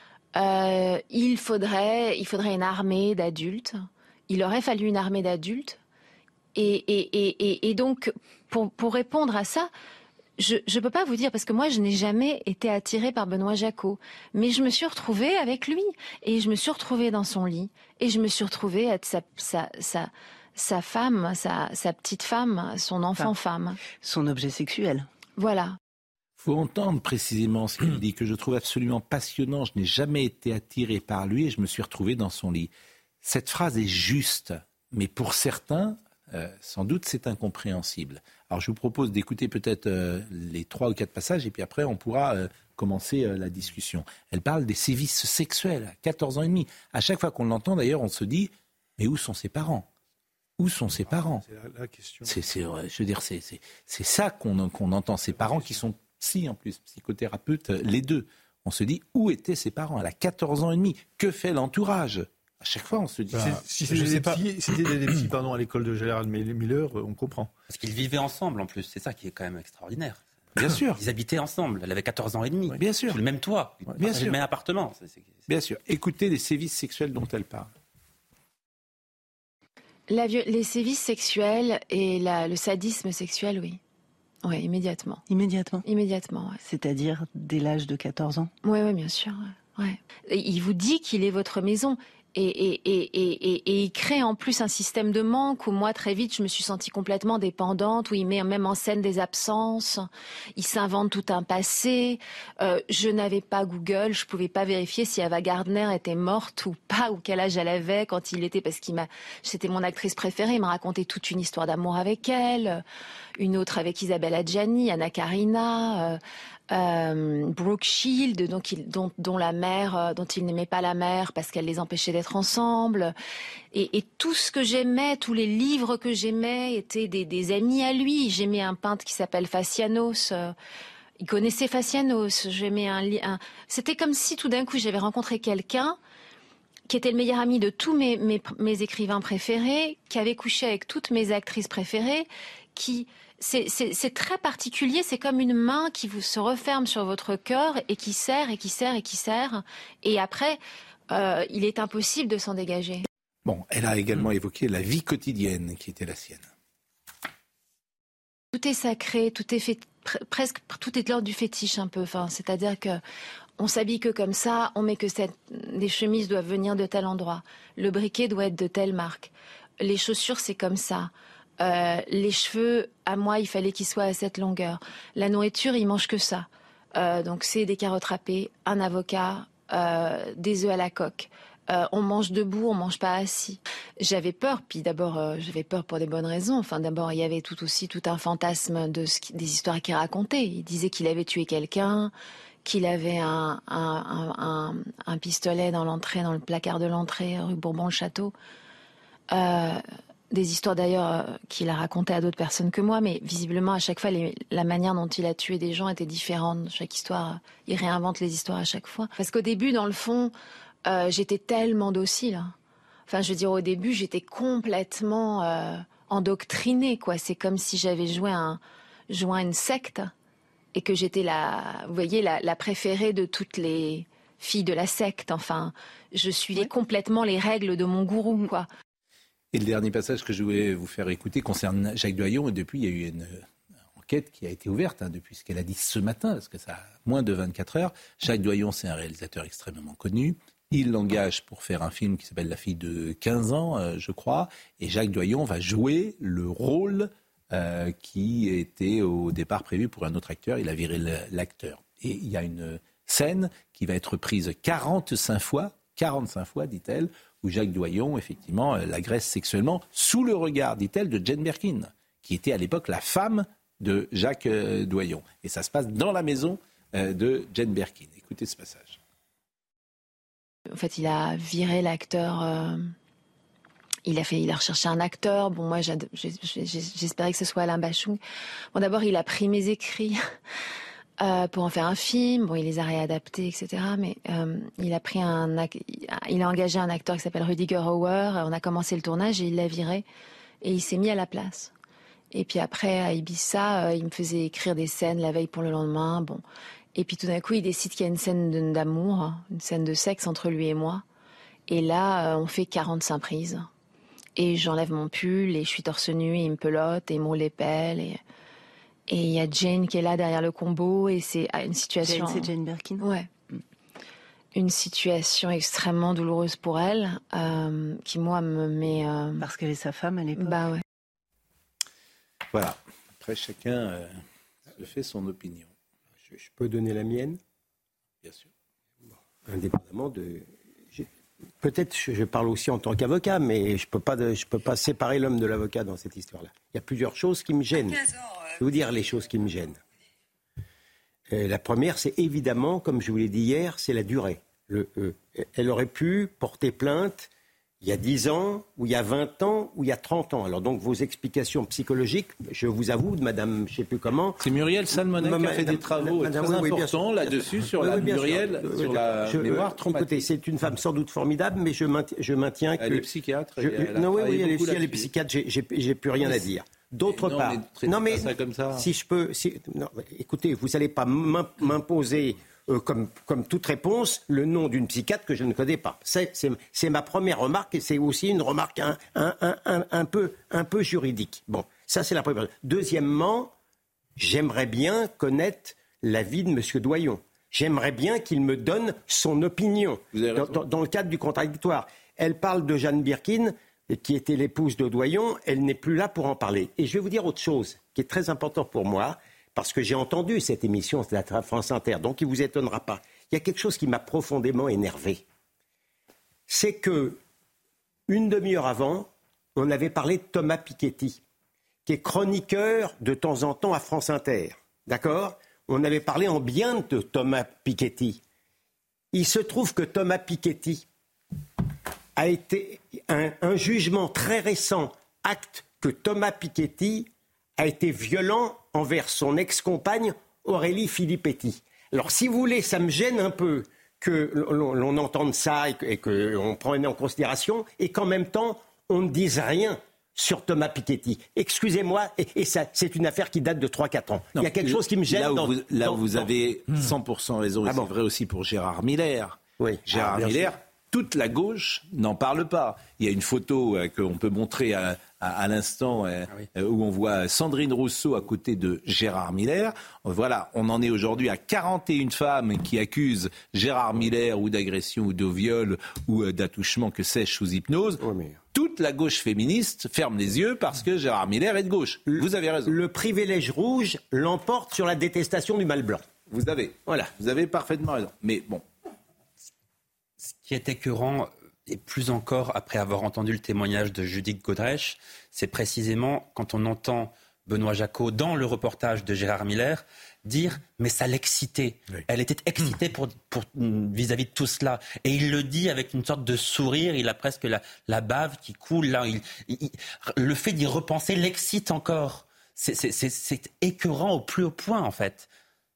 euh, il faudrait, il faudrait une armée d'adultes. Il aurait fallu une armée d'adultes. Et, et, et, et, et donc, pour, pour répondre à ça, je ne peux pas vous dire, parce que moi, je n'ai jamais été attirée par Benoît Jacot. Mais je me suis retrouvée avec lui. Et je me suis retrouvée dans son lit. Et je me suis retrouvée être sa, sa, sa, sa femme, sa, sa petite femme, son enfant-femme. Son objet sexuel. Voilà. Il faut entendre précisément ce qu'il dit, que je trouve absolument passionnant. Je n'ai jamais été attirée par lui et je me suis retrouvée dans son lit. Cette phrase est juste, mais pour certains, euh, sans doute, c'est incompréhensible. Alors, je vous propose d'écouter peut-être euh, les trois ou quatre passages et puis après, on pourra euh, commencer euh, la discussion. Elle parle des sévices sexuels à quatorze ans et demi. À chaque fois qu'on l'entend, d'ailleurs, on se dit « Mais où sont ses parents ? Où sont ses parents ?» C'est la, la question. C'est, c'est, je veux dire, c'est, c'est, c'est ça qu'on, qu'on entend. Ses parents qui sont psy, en plus, psychothérapeutes, les deux. On se dit « Où étaient ses parents ? Elle a quatorze ans et demi. Que fait l'entourage ?» À chaque fois, on se dit... Bah, si c'était des, petits, si c'était des petits pardon, à l'école de Gérard Miller, on comprend. Parce qu'ils vivaient ensemble, en plus. C'est ça qui est quand même extraordinaire. Bien sûr. Ils habitaient ensemble. Elle avait quatorze ans et demi. Oui, bien sûr. Sous le même toit. Oui, bien sûr. Le même appartement. C'est, c'est, c'est... Bien sûr. Écoutez les sévices sexuels dont elle parle. La, les sévices sexuels et la, le sadisme sexuel, oui. Oui, immédiatement. Immédiatement Immédiatement, ouais. C'est-à-dire dès l'âge de quatorze ans ? Oui, oui, bien sûr. Ouais. Et il vous dit qu'il est votre maison. Et, et, et, et, et, et il crée en plus un système de manque où moi, très vite, je me suis sentie complètement dépendante, où il met même en scène des absences, il s'invente tout un passé. Euh, je n'avais pas Google, je pouvais pas vérifier si Ava Gardner était morte ou pas, ou quel âge elle avait quand il était, parce qu'il m'a, c'était mon actrice préférée, il m'a raconté toute une histoire d'amour avec elle, une autre avec Isabelle Adjani, Anna Karina... Euh, Euh, Brooke Shield, donc il, dont, dont la mère, euh, dont il n'aimait pas la mère parce qu'elle les empêchait d'être ensemble, et, et tout ce que j'aimais, tous les livres que j'aimais étaient des, des amis à lui. J'aimais un peintre qui s'appelle Facianos. Euh, il connaissait Facianos. J'aimais un, un. C'était comme si tout d'un coup j'avais rencontré quelqu'un qui était le meilleur ami de tous mes, mes, mes écrivains préférés, qui avait couché avec toutes mes actrices préférées, qui C'est, c'est, c'est très particulier, c'est comme une main qui vous se referme sur votre cœur et qui serre et qui serre et qui serre. Et après, euh, il est impossible de s'en dégager. Bon, elle a également évoqué la vie quotidienne qui était la sienne. Tout est sacré, tout est fait, presque tout est de l'ordre du fétiche un peu. Enfin, c'est-à-dire que on s'habille que comme ça, on met que cette, les chemises doivent venir de tel endroit, le briquet doit être de telle marque, les chaussures c'est comme ça. Euh, les cheveux, à moi, il fallait qu'ils soient à cette longueur. La nourriture, il mange que ça. Euh, donc c'est des carottes râpées, un avocat, euh, des œufs à la coque. Euh, on mange debout, on mange pas assis. J'avais peur, puis d'abord, euh, j'avais peur pour des bonnes raisons. Enfin, d'abord, il y avait tout aussi tout un fantasme de ce qui, des histoires qu'il racontait. Il disait qu'il avait tué quelqu'un, qu'il avait un, un, un, un, un pistolet dans l'entrée, dans le placard de l'entrée, rue Bourbon-le-Château. Euh, des histoires d'ailleurs euh, qu'il a racontées à d'autres personnes que moi, mais visiblement à chaque fois les, la manière dont il a tué des gens était différente. Chaque histoire, euh, il réinvente les histoires à chaque fois. Parce qu'au début, dans le fond, euh, j'étais tellement docile. Enfin, je veux dire, au début, j'étais complètement euh, endoctrinée, quoi. C'est comme si j'avais joué un, joint une secte et que j'étais la, vous voyez, la, la préférée de toutes les filles de la secte. Enfin, je suivais ouais. complètement les règles de mon gourou, quoi. Et le dernier passage que je voulais vous faire écouter concerne Jacques Doyon. Et depuis, il y a eu une enquête qui a été ouverte, hein, depuis ce qu'elle a dit ce matin, parce que ça a moins de vingt-quatre heures. Jacques Doyon, c'est un réalisateur extrêmement connu. Il l'engage pour faire un film qui s'appelle La fille de quinze ans, euh, je crois. Et Jacques Doyon va jouer le rôle euh, qui était au départ prévu pour un autre acteur. Il a viré l'acteur. Et il y a une scène qui va être prise quarante-cinq fois, quarante-cinq fois, dit-elle, où Jacques Doyon, effectivement, l'agresse sexuellement sous le regard, dit-elle, de Jane Birkin, qui était à l'époque la femme de Jacques Doyon. Et ça se passe dans la maison de Jane Birkin. Écoutez ce passage. En fait, il a viré l'acteur. Euh, il a fait, il a recherché un acteur. Bon, moi, j'ai, j'ai, j'espérais que ce soit Alain Bachung. Bon, d'abord, il a pris mes écrits euh, pour en faire un film. Bon, il les a réadaptés, et cetera. Mais euh, il a pris un, il a engagé un acteur qui s'appelle Rudiger Hauer. On a commencé le tournage et il l'a viré et il s'est mis à la place. Et puis après, à Ibiza, euh, il me faisait écrire des scènes la veille pour le lendemain. Bon. Et puis tout d'un coup, il décide qu'il y a une scène d'amour, une scène de sexe entre lui et moi. Et là, on fait quarante-cinq prises. Et j'enlève mon pull, et je suis torse nu, et il me pelote, et il me l'épelle. Et il y a Jane qui est là derrière le combo, et c'est une situation... Jane, c'est Jane Birkin. Ouais. Une situation extrêmement douloureuse pour elle, euh, qui, moi, me met... Euh... Parce qu'elle est sa femme à l'époque. Bah ouais. Voilà. Après, chacun euh, se fait son opinion. Je peux donner la mienne ? Bien sûr. Bon, indépendamment de... J'ai... Peut-être je parle aussi en tant qu'avocat, mais je ne peux pas de... je peux pas séparer l'homme de l'avocat dans cette histoire-là. Il y a plusieurs choses qui me gênent. Je vais vous dire les choses qui me gênent. Et la première, c'est évidemment, comme je vous l'ai dit hier, c'est la durée. Le, euh, elle aurait pu porter plainte il y a dix ans, ou il y a vingt ans, ou il y a trente ans. Alors donc vos explications psychologiques, je vous avoue, de madame, je ne sais plus comment... C'est Muriel Salmonet qui a fait des travaux madame, très oui, importants oui, là-dessus, sur oui, la oui, Muriel, sûr. sur la je, mémoire traumatique. Écoutez, c'est une femme sans doute formidable, mais je maintiens, je maintiens que... Elle est psychiatre. Je, elle non, oui, oui, elle est, si elle est psychiatre, j'ai, j'ai, j'ai plus rien à dire. D'autre non, part... Mais non, mais ça comme ça. si je peux... Si, non, écoutez, vous n'allez pas m'imposer... Euh, comme, comme toute réponse, le nom d'une psychiatre que je ne connais pas. C'est, c'est, c'est ma première remarque et c'est aussi une remarque un, un, un, un, un, peu, un peu juridique. Bon, ça c'est la première. Deuxièmement, j'aimerais bien connaître l'avis de M. Doyon. J'aimerais bien qu'il me donne son opinion dans, dans, dans le cadre du contradictoire. Elle parle de Jeanne Birkin, qui était l'épouse de Doyon. Elle n'est plus là pour en parler. Et je vais vous dire autre chose qui est très important pour moi. Parce que j'ai entendu cette émission de la France Inter, donc il ne vous étonnera pas. Il y a quelque chose qui m'a profondément énervé. C'est que, une demi-heure avant, on avait parlé de Thomas Piketty, qui est chroniqueur de temps en temps à France Inter. D'accord ? On avait parlé en bien de Thomas Piketty. Il se trouve que Thomas Piketty a été... Un, un jugement très récent acte que Thomas Piketty a été violent envers son ex-compagne Aurélie Filippetti. Alors, si vous voulez, ça me gêne un peu que l'on, l'on entende ça et qu'on prenne en considération et qu'en même temps, on ne dise rien sur Thomas Piketty. Excusez-moi, et, et ça, c'est une affaire qui date de trois quatre ans. Non, il y a quelque chose qui me gêne. Là où dans, vous, là dans, où vous dans, avez cent pour cent raison, et ah c'est bon. vrai aussi pour Gérard Miller. Oui. Gérard ah, Miller, sûr. Toute la gauche n'en parle pas. Il y a une photo euh, qu'on peut montrer à, à, à l'instant euh, ah oui. où on voit Sandrine Rousseau à côté de Gérard Miller. Voilà, on en est aujourd'hui à quarante et une femmes qui accusent Gérard Miller ou d'agression ou de viol ou euh, d'attouchement, que sais-je, sous hypnose. Oui, mais... Toute la gauche féministe ferme les yeux parce que Gérard Miller est de gauche. Vous avez raison. Le privilège rouge l'emporte sur la détestation du mal blanc. Vous avez, voilà, vous avez parfaitement raison. Mais bon. Ce qui est écœurant, et plus encore après avoir entendu le témoignage de Judith Godrèche, c'est précisément quand on entend Benoît Jacot, dans le reportage de Gérard Miller, dire « mais ça l'excitait oui. ». Elle était excitée pour, pour, vis-à-vis de tout cela. Et il le dit avec une sorte de sourire, il a presque la, la bave qui coule. Là. Il, il, le fait d'y repenser l'excite encore. C'est, c'est, c'est, c'est écœurant au plus haut point, en fait.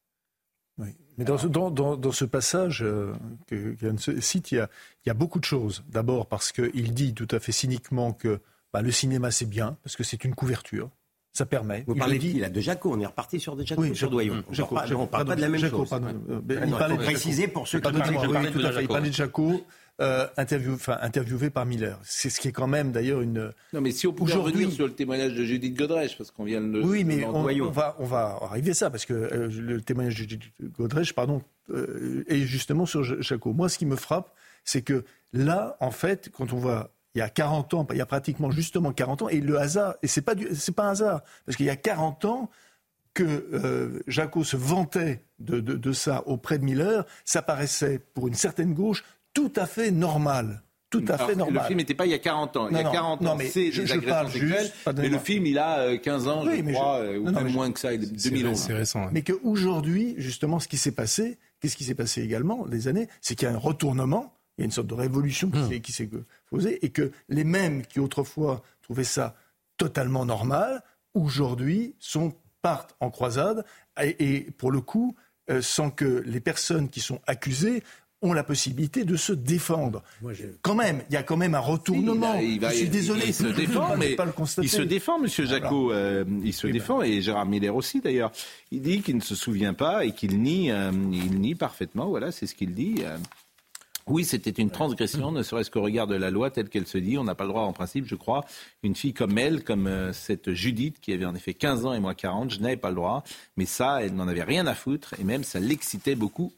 Oui. Mais dans, ce, dans, dans, dans ce passage euh, que Yann cite, il y, a, il y a beaucoup de choses. D'abord parce qu'il dit tout à fait cyniquement que bah, le cinéma c'est bien, parce que c'est une couverture. Ça permet. Vous parlez dit, de Jacot, on est reparti sur de Jacot, oui, sur Doyon. On ne parle pas de la même Jacot, chose. Pardon, euh, il parlait de préciser pour ceux qui ne parlent pas. Tout à fait. Il parlait de Jacot, euh, interview, enfin, interviewé par Miller. C'est ce qui est quand même d'ailleurs une... Non mais si on pouvait revenir sur le témoignage de Judith Godrèche, parce qu'on vient de le... Oui, mais on, on, va, on va arriver à ça, parce que euh, le témoignage de Judith Godrèche, pardon, euh, est justement sur Jacot. Moi, ce qui me frappe, c'est que là, en fait, quand on va... Il y a quarante ans, il y a pratiquement justement quarante ans, et le hasard, et c'est pas du, c'est pas un hasard, parce qu'il y a quarante ans que euh, Jacot se vantait de, de, de ça auprès de Miller, ça paraissait pour une certaine gauche tout à fait normal. Tout à Alors, fait normal. Le film n'était pas il y a quarante ans. Non, il y a quarante non, ans, mais c'est je, des je agressions sexuelles, juste, mais le film, il a quinze ans, oui, je crois, je... ou non, même non, moins je... que ça, deux mille onze. C'est récent. Hein. Mais qu'aujourd'hui, justement, ce qui s'est passé, qu'est-ce qui s'est passé également, les années, c'est qu'il y a un retournement. Il y a une sorte de révolution qui, mmh. s'est, qui s'est posée et que les mêmes qui autrefois trouvaient ça totalement normal, aujourd'hui sont, partent en croisade et, et pour le coup, euh, sans que les personnes qui sont accusées ont la possibilité de se défendre. Moi, quand même, il y a quand même un retournement. Il, il va, je suis désolé, il, il se défend, mais pas le il se défend, Monsieur Jacot. Euh, il se oui, défend, ben. Et Gérard Miller aussi d'ailleurs. Il dit qu'il ne se souvient pas et qu'il nie, euh, il nie parfaitement. Voilà, c'est ce qu'il dit. Euh, Oui, c'était une transgression, ne serait-ce qu'au regard de la loi telle qu'elle se dit. On n'a pas le droit, en principe, je crois, une fille comme elle, comme euh, cette Judith, qui avait en effet quinze ans et moi quarante, je n'avais pas le droit. Mais ça, elle n'en avait rien à foutre, et même ça l'excitait beaucoup,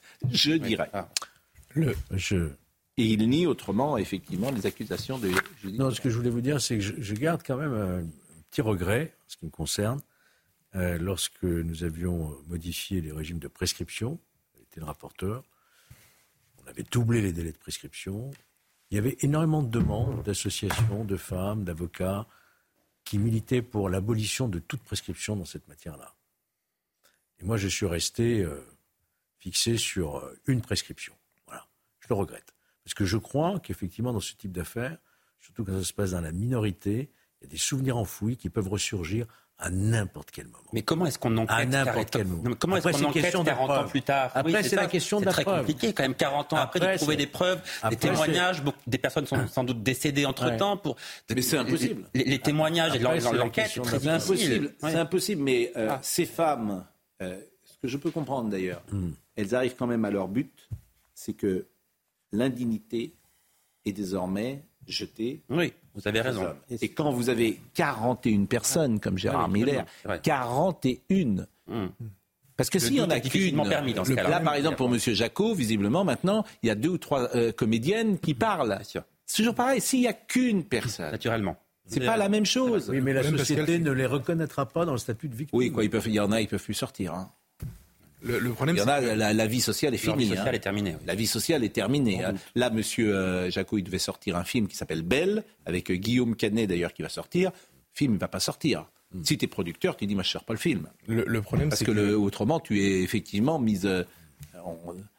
je dirais. Oui. Ah. Le, je... Et il nie autrement, effectivement, les accusations de Judith. Non, ce que je voulais vous dire, c'est que je, je garde quand même un petit regret, en ce qui me concerne, euh, lorsque nous avions modifié les régimes de prescription, j'étais le rapporteur, on avait doublé les délais de prescription. Il y avait énormément de demandes d'associations, de femmes, d'avocats qui militaient pour l'abolition de toute prescription dans cette matière-là. Et moi, je suis resté euh, fixé sur euh, une prescription. Voilà, je le regrette. Parce que je crois qu'effectivement, dans ce type d'affaires, surtout quand ça se passe dans la minorité, il y a des souvenirs enfouis qui peuvent ressurgir à n'importe quel moment. Mais comment est-ce qu'on enquête à n'importe quel moment. Non, comment après, est-ce qu'on enquête quarante ans plus tard? Après, oui, c'est, c'est la question de la preuve. C'est très compliqué quand même, quarante ans après, après de trouver des preuves, après, des témoignages. Beaucoup, des personnes sont sans doute décédées entre-temps. Ouais. Pour... Mais c'est impossible. Les, les témoignages après, et l'enquête, c'est très c'est impossible. Ouais. C'est impossible, mais euh, ah. ces femmes, euh, ce que je peux comprendre d'ailleurs, mm. elles arrivent quand même à leur but, c'est que l'indignité est désormais jetée. Oui. Vous avez raison. Et quand vous avez quarante et une personnes, comme Gérard oui, Miller, quarante et une. Mmh. Parce que s'il y en a qu'une, permis dans ce cas-là. Là, par exemple, pour M. Jacot, visiblement, maintenant, il y a deux ou trois euh, comédiennes qui parlent. C'est toujours pareil. S'il n'y a qu'une personne, naturellement, c'est pas la même chose. Oui, mais la société ne les reconnaîtra pas dans le statut de victime. Oui, quoi, ils peuvent, il y en a, ils peuvent plus sortir. Hein. Le, le problème, il y en a, la, la vie sociale est finie. La vie sociale hein. est terminée. Oui. La vie sociale est terminée. Hein. Là, Monsieur euh, Jacot, il devait sortir un film qui s'appelle Belle, avec euh, Guillaume Canet d'ailleurs qui va sortir. Le film ne va pas sortir. Mm. Si tu es producteur, tu dis, moi je ne sors pas le film. Le, le problème, Parce c'est que, que... Le, autrement, tu es effectivement mise... Euh, on,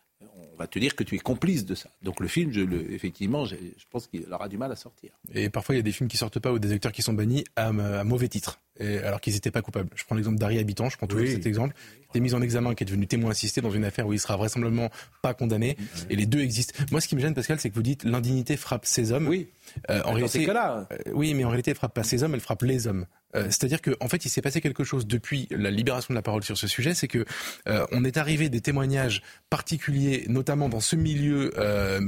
on va te dire que tu es complice de ça. Donc le film, je, le, effectivement, je, je pense qu'il aura du mal à sortir. Et parfois, il y a des films qui ne sortent pas ou des acteurs qui sont bannis à, à mauvais titre. Et, alors qu'ils n'étaient pas coupables. Je prends l'exemple d'Harry Habitant, je prends toujours oui. cet exemple, qui était mis en examen, qui est devenu témoin assisté dans une affaire où il sera vraisemblablement pas condamné. Oui. Et les deux existent. Moi, ce qui me gêne, Pascal, c'est que vous dites l'indignité frappe ces hommes. Oui. Euh, en dans réalité, ces cas-là. Euh, oui, mais en réalité, elle frappe pas ces hommes, elle frappe les hommes. Euh, c'est-à-dire qu'en en fait, il s'est passé quelque chose depuis la libération de la parole sur ce sujet, c'est que euh, on est arrivé des témoignages particuliers, notamment dans ce milieu euh,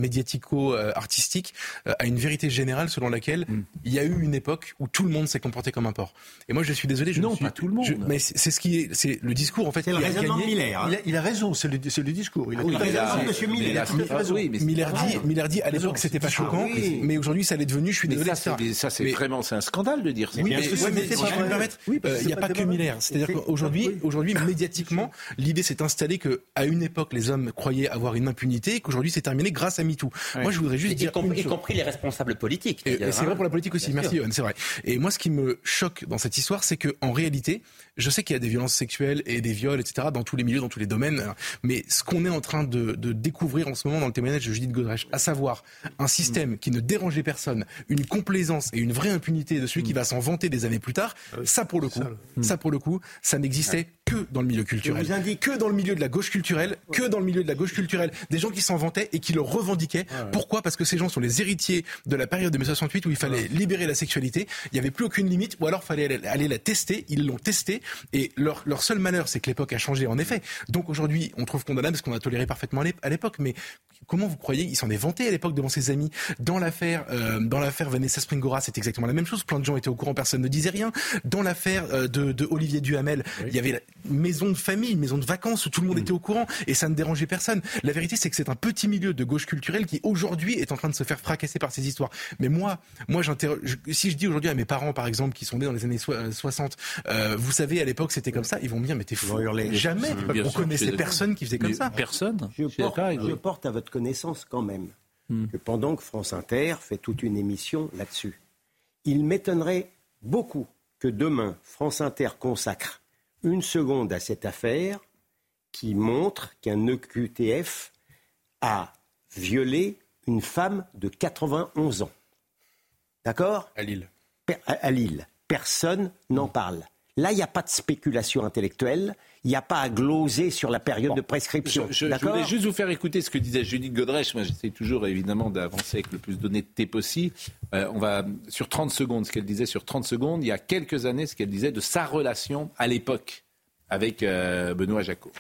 médiatico-artistique, euh, à une vérité générale selon laquelle mm. il y a eu une époque où tout le monde s'est comporté comme un porc. Et moi, je suis désolé, je non, ne suis pas tout le monde. Je, mais c'est, c'est ce qui est, c'est le discours en fait. C'est le raisonnement de Miller. Hein. Il, a, il a raison, c'est le, c'est le discours. Il a, oui, il a raison, Monsieur Miller. Miller dit, Miller dit, à l'époque, c'était pas choquant, oui. mais aujourd'hui, ça l'est devenu. Je suis désolé. Ça, c'est, ça, c'est mais... vraiment, c'est un scandale de dire ça. Oui, mais, ouais, mais si je peux me permettre, il oui, n'y a pas, pas que Miller. C'est-à-dire qu'aujourd'hui, oui. aujourd'hui, médiatiquement, l'idée s'est installée qu'à une époque, les hommes croyaient avoir une impunité et qu'aujourd'hui, c'est terminé grâce à MeToo. Ouais. Moi, je voudrais juste et, dire. Y compris, y compris les responsables politiques. Et, et c'est vrai pour la politique aussi. Merci, Yohann, c'est vrai. Et moi, ce qui me choque dans cette histoire, c'est qu'en réalité, je sais qu'il y a des violences sexuelles et des viols, et cetera, dans tous les milieux, dans tous les domaines. Mais ce qu'on est en train de, de découvrir en ce moment dans le témoignage de Judith Godrèche, à savoir un système qui ne dérangeait personne, une complaisance et une vraie impunité de celui qui va s'en vanter des années plus tard, ça pour le coup, ça pour le coup, ça n'existait que dans le milieu culturel, que dans le milieu de la gauche culturelle, que dans le milieu de la gauche culturelle, des gens qui s'en vantaient et qui le revendiquaient. Pourquoi ? Parce que ces gens sont les héritiers de la période de mai soixante-huit où il fallait libérer la sexualité, il n'y avait plus aucune limite, ou alors il fallait aller la tester, ils l'ont testée, et leur, leur seul malheur, c'est que l'époque a changé en effet. Donc aujourd'hui, on trouve condamnable ce qu'on a toléré parfaitement à l'époque, mais comment vous croyez, il s'en est vanté à l'époque devant ses amis. Dans l'affaire, euh, dans l'affaire Vanessa Springora, c'est exactement la même chose. Plein de gens étaient au courant, personne ne disait rien. Dans l'affaire euh, de, de Olivier Duhamel, oui. il y avait une maison de famille, une maison de vacances où tout le monde mmh. était au courant et ça ne dérangeait personne. La vérité, c'est que c'est un petit milieu de gauche culturelle qui aujourd'hui est en train de se faire fracasser par ces histoires. Mais moi, moi, j'interroge. Si je dis aujourd'hui à mes parents, par exemple, qui sont nés dans les années soixante, euh, vous savez, à l'époque, c'était comme ça, ils vont me dire, mais t'es fou. Jamais. On connaissait personne qui faisait comme ça. Personne. Je porte, je porte à votre connaissance quand même hmm. que pendant que France Inter fait toute une émission là-dessus, il m'étonnerait beaucoup que demain, France Inter consacre une seconde à cette affaire qui montre qu'un E Q T F a violé une femme de quatre-vingt-onze ans. D'accord ? À Lille. À, à Lille. Personne n'en parle. Là, il n'y a pas de spéculation intellectuelle, il n'y a pas à gloser sur la période bon, de prescription. Je, je, je voulais juste vous faire écouter ce que disait Judith Godrèche. Moi, j'essaie toujours, évidemment, d'avancer avec le plus d'honnêteté possible. Euh, on va sur trente secondes, ce qu'elle disait sur trente secondes, il y a quelques années, ce qu'elle disait de sa relation à l'époque avec euh, Benoît Jacot.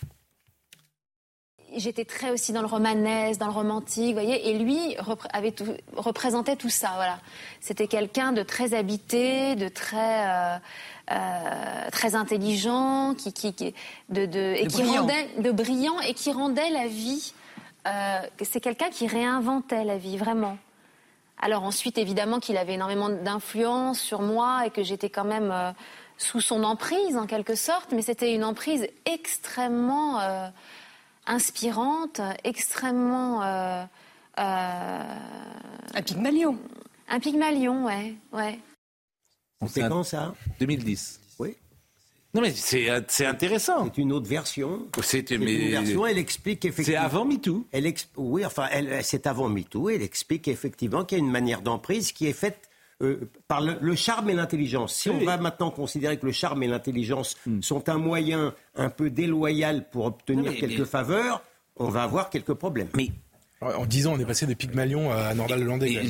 J'étais très aussi dans le romanesque, dans le romantique, vous voyez, et lui repré- avait tout, représentait tout ça, voilà. C'était quelqu'un de très habité, de très, euh, euh, très intelligent, qui, qui, qui, de, de, et de qui brillant. rendait, de brillant et qui rendait la vie. Euh, c'est quelqu'un qui réinventait la vie, vraiment. Alors ensuite, évidemment, qu'il avait énormément d'influence sur moi et que j'étais quand même euh, sous son emprise, en quelque sorte, mais c'était une emprise extrêmement euh, inspirante, extrêmement... Euh, euh, un Pygmalion. Un Pygmalion, ouais, ouais. C'est quand ça ? deux mille dix. Oui. Non mais c'est, c'est intéressant. C'est une autre version. C'est, c'est mais... une version, elle explique effectivement... C'est avant MeToo. Elle exp... Oui, enfin, elle, c'est avant MeToo. Elle explique effectivement qu'il y a une manière d'emprise qui est faite euh, par le, le charme et l'intelligence. Si oui. on va maintenant considérer que le charme et l'intelligence mm. sont un moyen un peu déloyal pour obtenir non, mais, quelques mais... faveurs, on va avoir quelques problèmes. Mais en dix ans, on est passé de Pygmalion à Nordal Lelandais.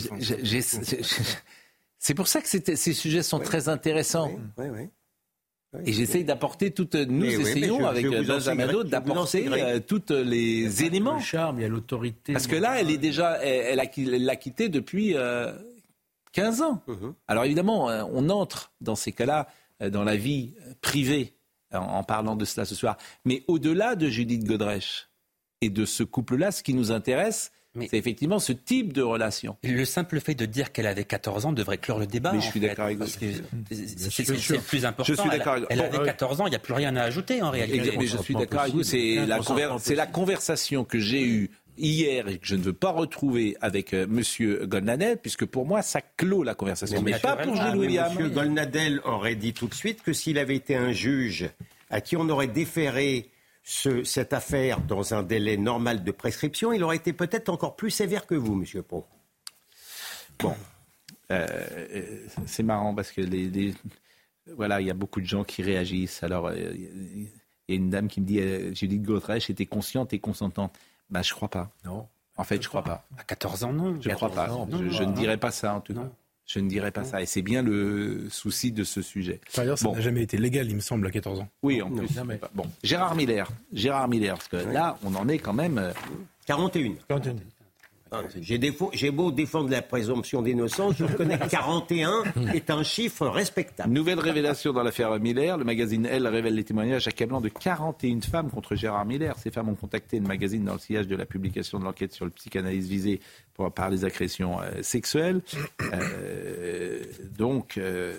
C'est pour ça que ces sujets sont oui. très intéressants. Oui, oui, oui. Oui, et j'essaye d'apporter toutes. Nous mais essayons oui, je, avec Benjamin Allot d'apporter euh, tous les il éléments. Le charme, il y a l'autorité. Parce que là, elle est déjà, elle, elle, a, elle l'a quitté depuis euh, quinze ans. Uh-huh. Alors évidemment, on entre dans ces cas-là dans la vie privée en, en parlant de cela ce soir. Mais au-delà de Judith Godrèche et de ce couple-là, ce qui nous intéresse, mais c'est effectivement ce type de relation. Le simple fait de dire qu'elle avait quatorze ans devrait clore le débat. Mais je suis fait, d'accord avec vous. C'est, c'est, c'est, c'est le plus important. Je suis d'accord avec vous. Elle, elle avait quatorze ans, il n'y a plus rien à ajouter en réalité. Mais je suis d'accord avec vous. C'est la, conver- c'est la conversation que j'ai eue hier et que je ne veux pas retrouver avec euh, M. Golnadel, puisque pour moi, ça clôt la conversation. Mais, mais pas pour Gilles William. M. Golnadel aurait dit tout de suite que s'il avait été un juge à qui on aurait déféré Ce, cette affaire dans un délai normal de prescription, il aurait été peut-être encore plus sévère que vous, Monsieur Pau. Bon, euh, c'est marrant parce que les, les, voilà, il y a beaucoup de gens qui réagissent. Alors, il euh, y a une dame qui me dit euh, Judith Godrèche était consciente et consentante. Ben, je crois pas. Non. En fait, je crois pas. À quatorze ans, non. Je crois pas. Ans, je, non, je non, ne dirais pas ça en tout cas. Non. Je ne dirais pas ça. Et c'est bien le souci de ce sujet. Par ailleurs, ça bon. n'a jamais été légal, il me semble, à quatorze ans. Oui, en non, plus. Jamais. Bon, Gérard Miller. Gérard Miller, parce que oui. là, on en est quand même... Euh... quarante et un. quarante et un. Ah, j'ai, défaut, j'ai beau défendre la présomption d'innocence, je reconnais que quarante et un est un chiffre respectable. Nouvelle révélation dans l'affaire Miller. Le magazine Elle révèle les témoignages accablants de quarante et une femmes contre Gérard Miller. Ces femmes ont contacté le magazine dans le sillage de la publication de l'enquête sur le psychanalyste visé pour, par les agressions euh, sexuelles. Euh, donc, euh,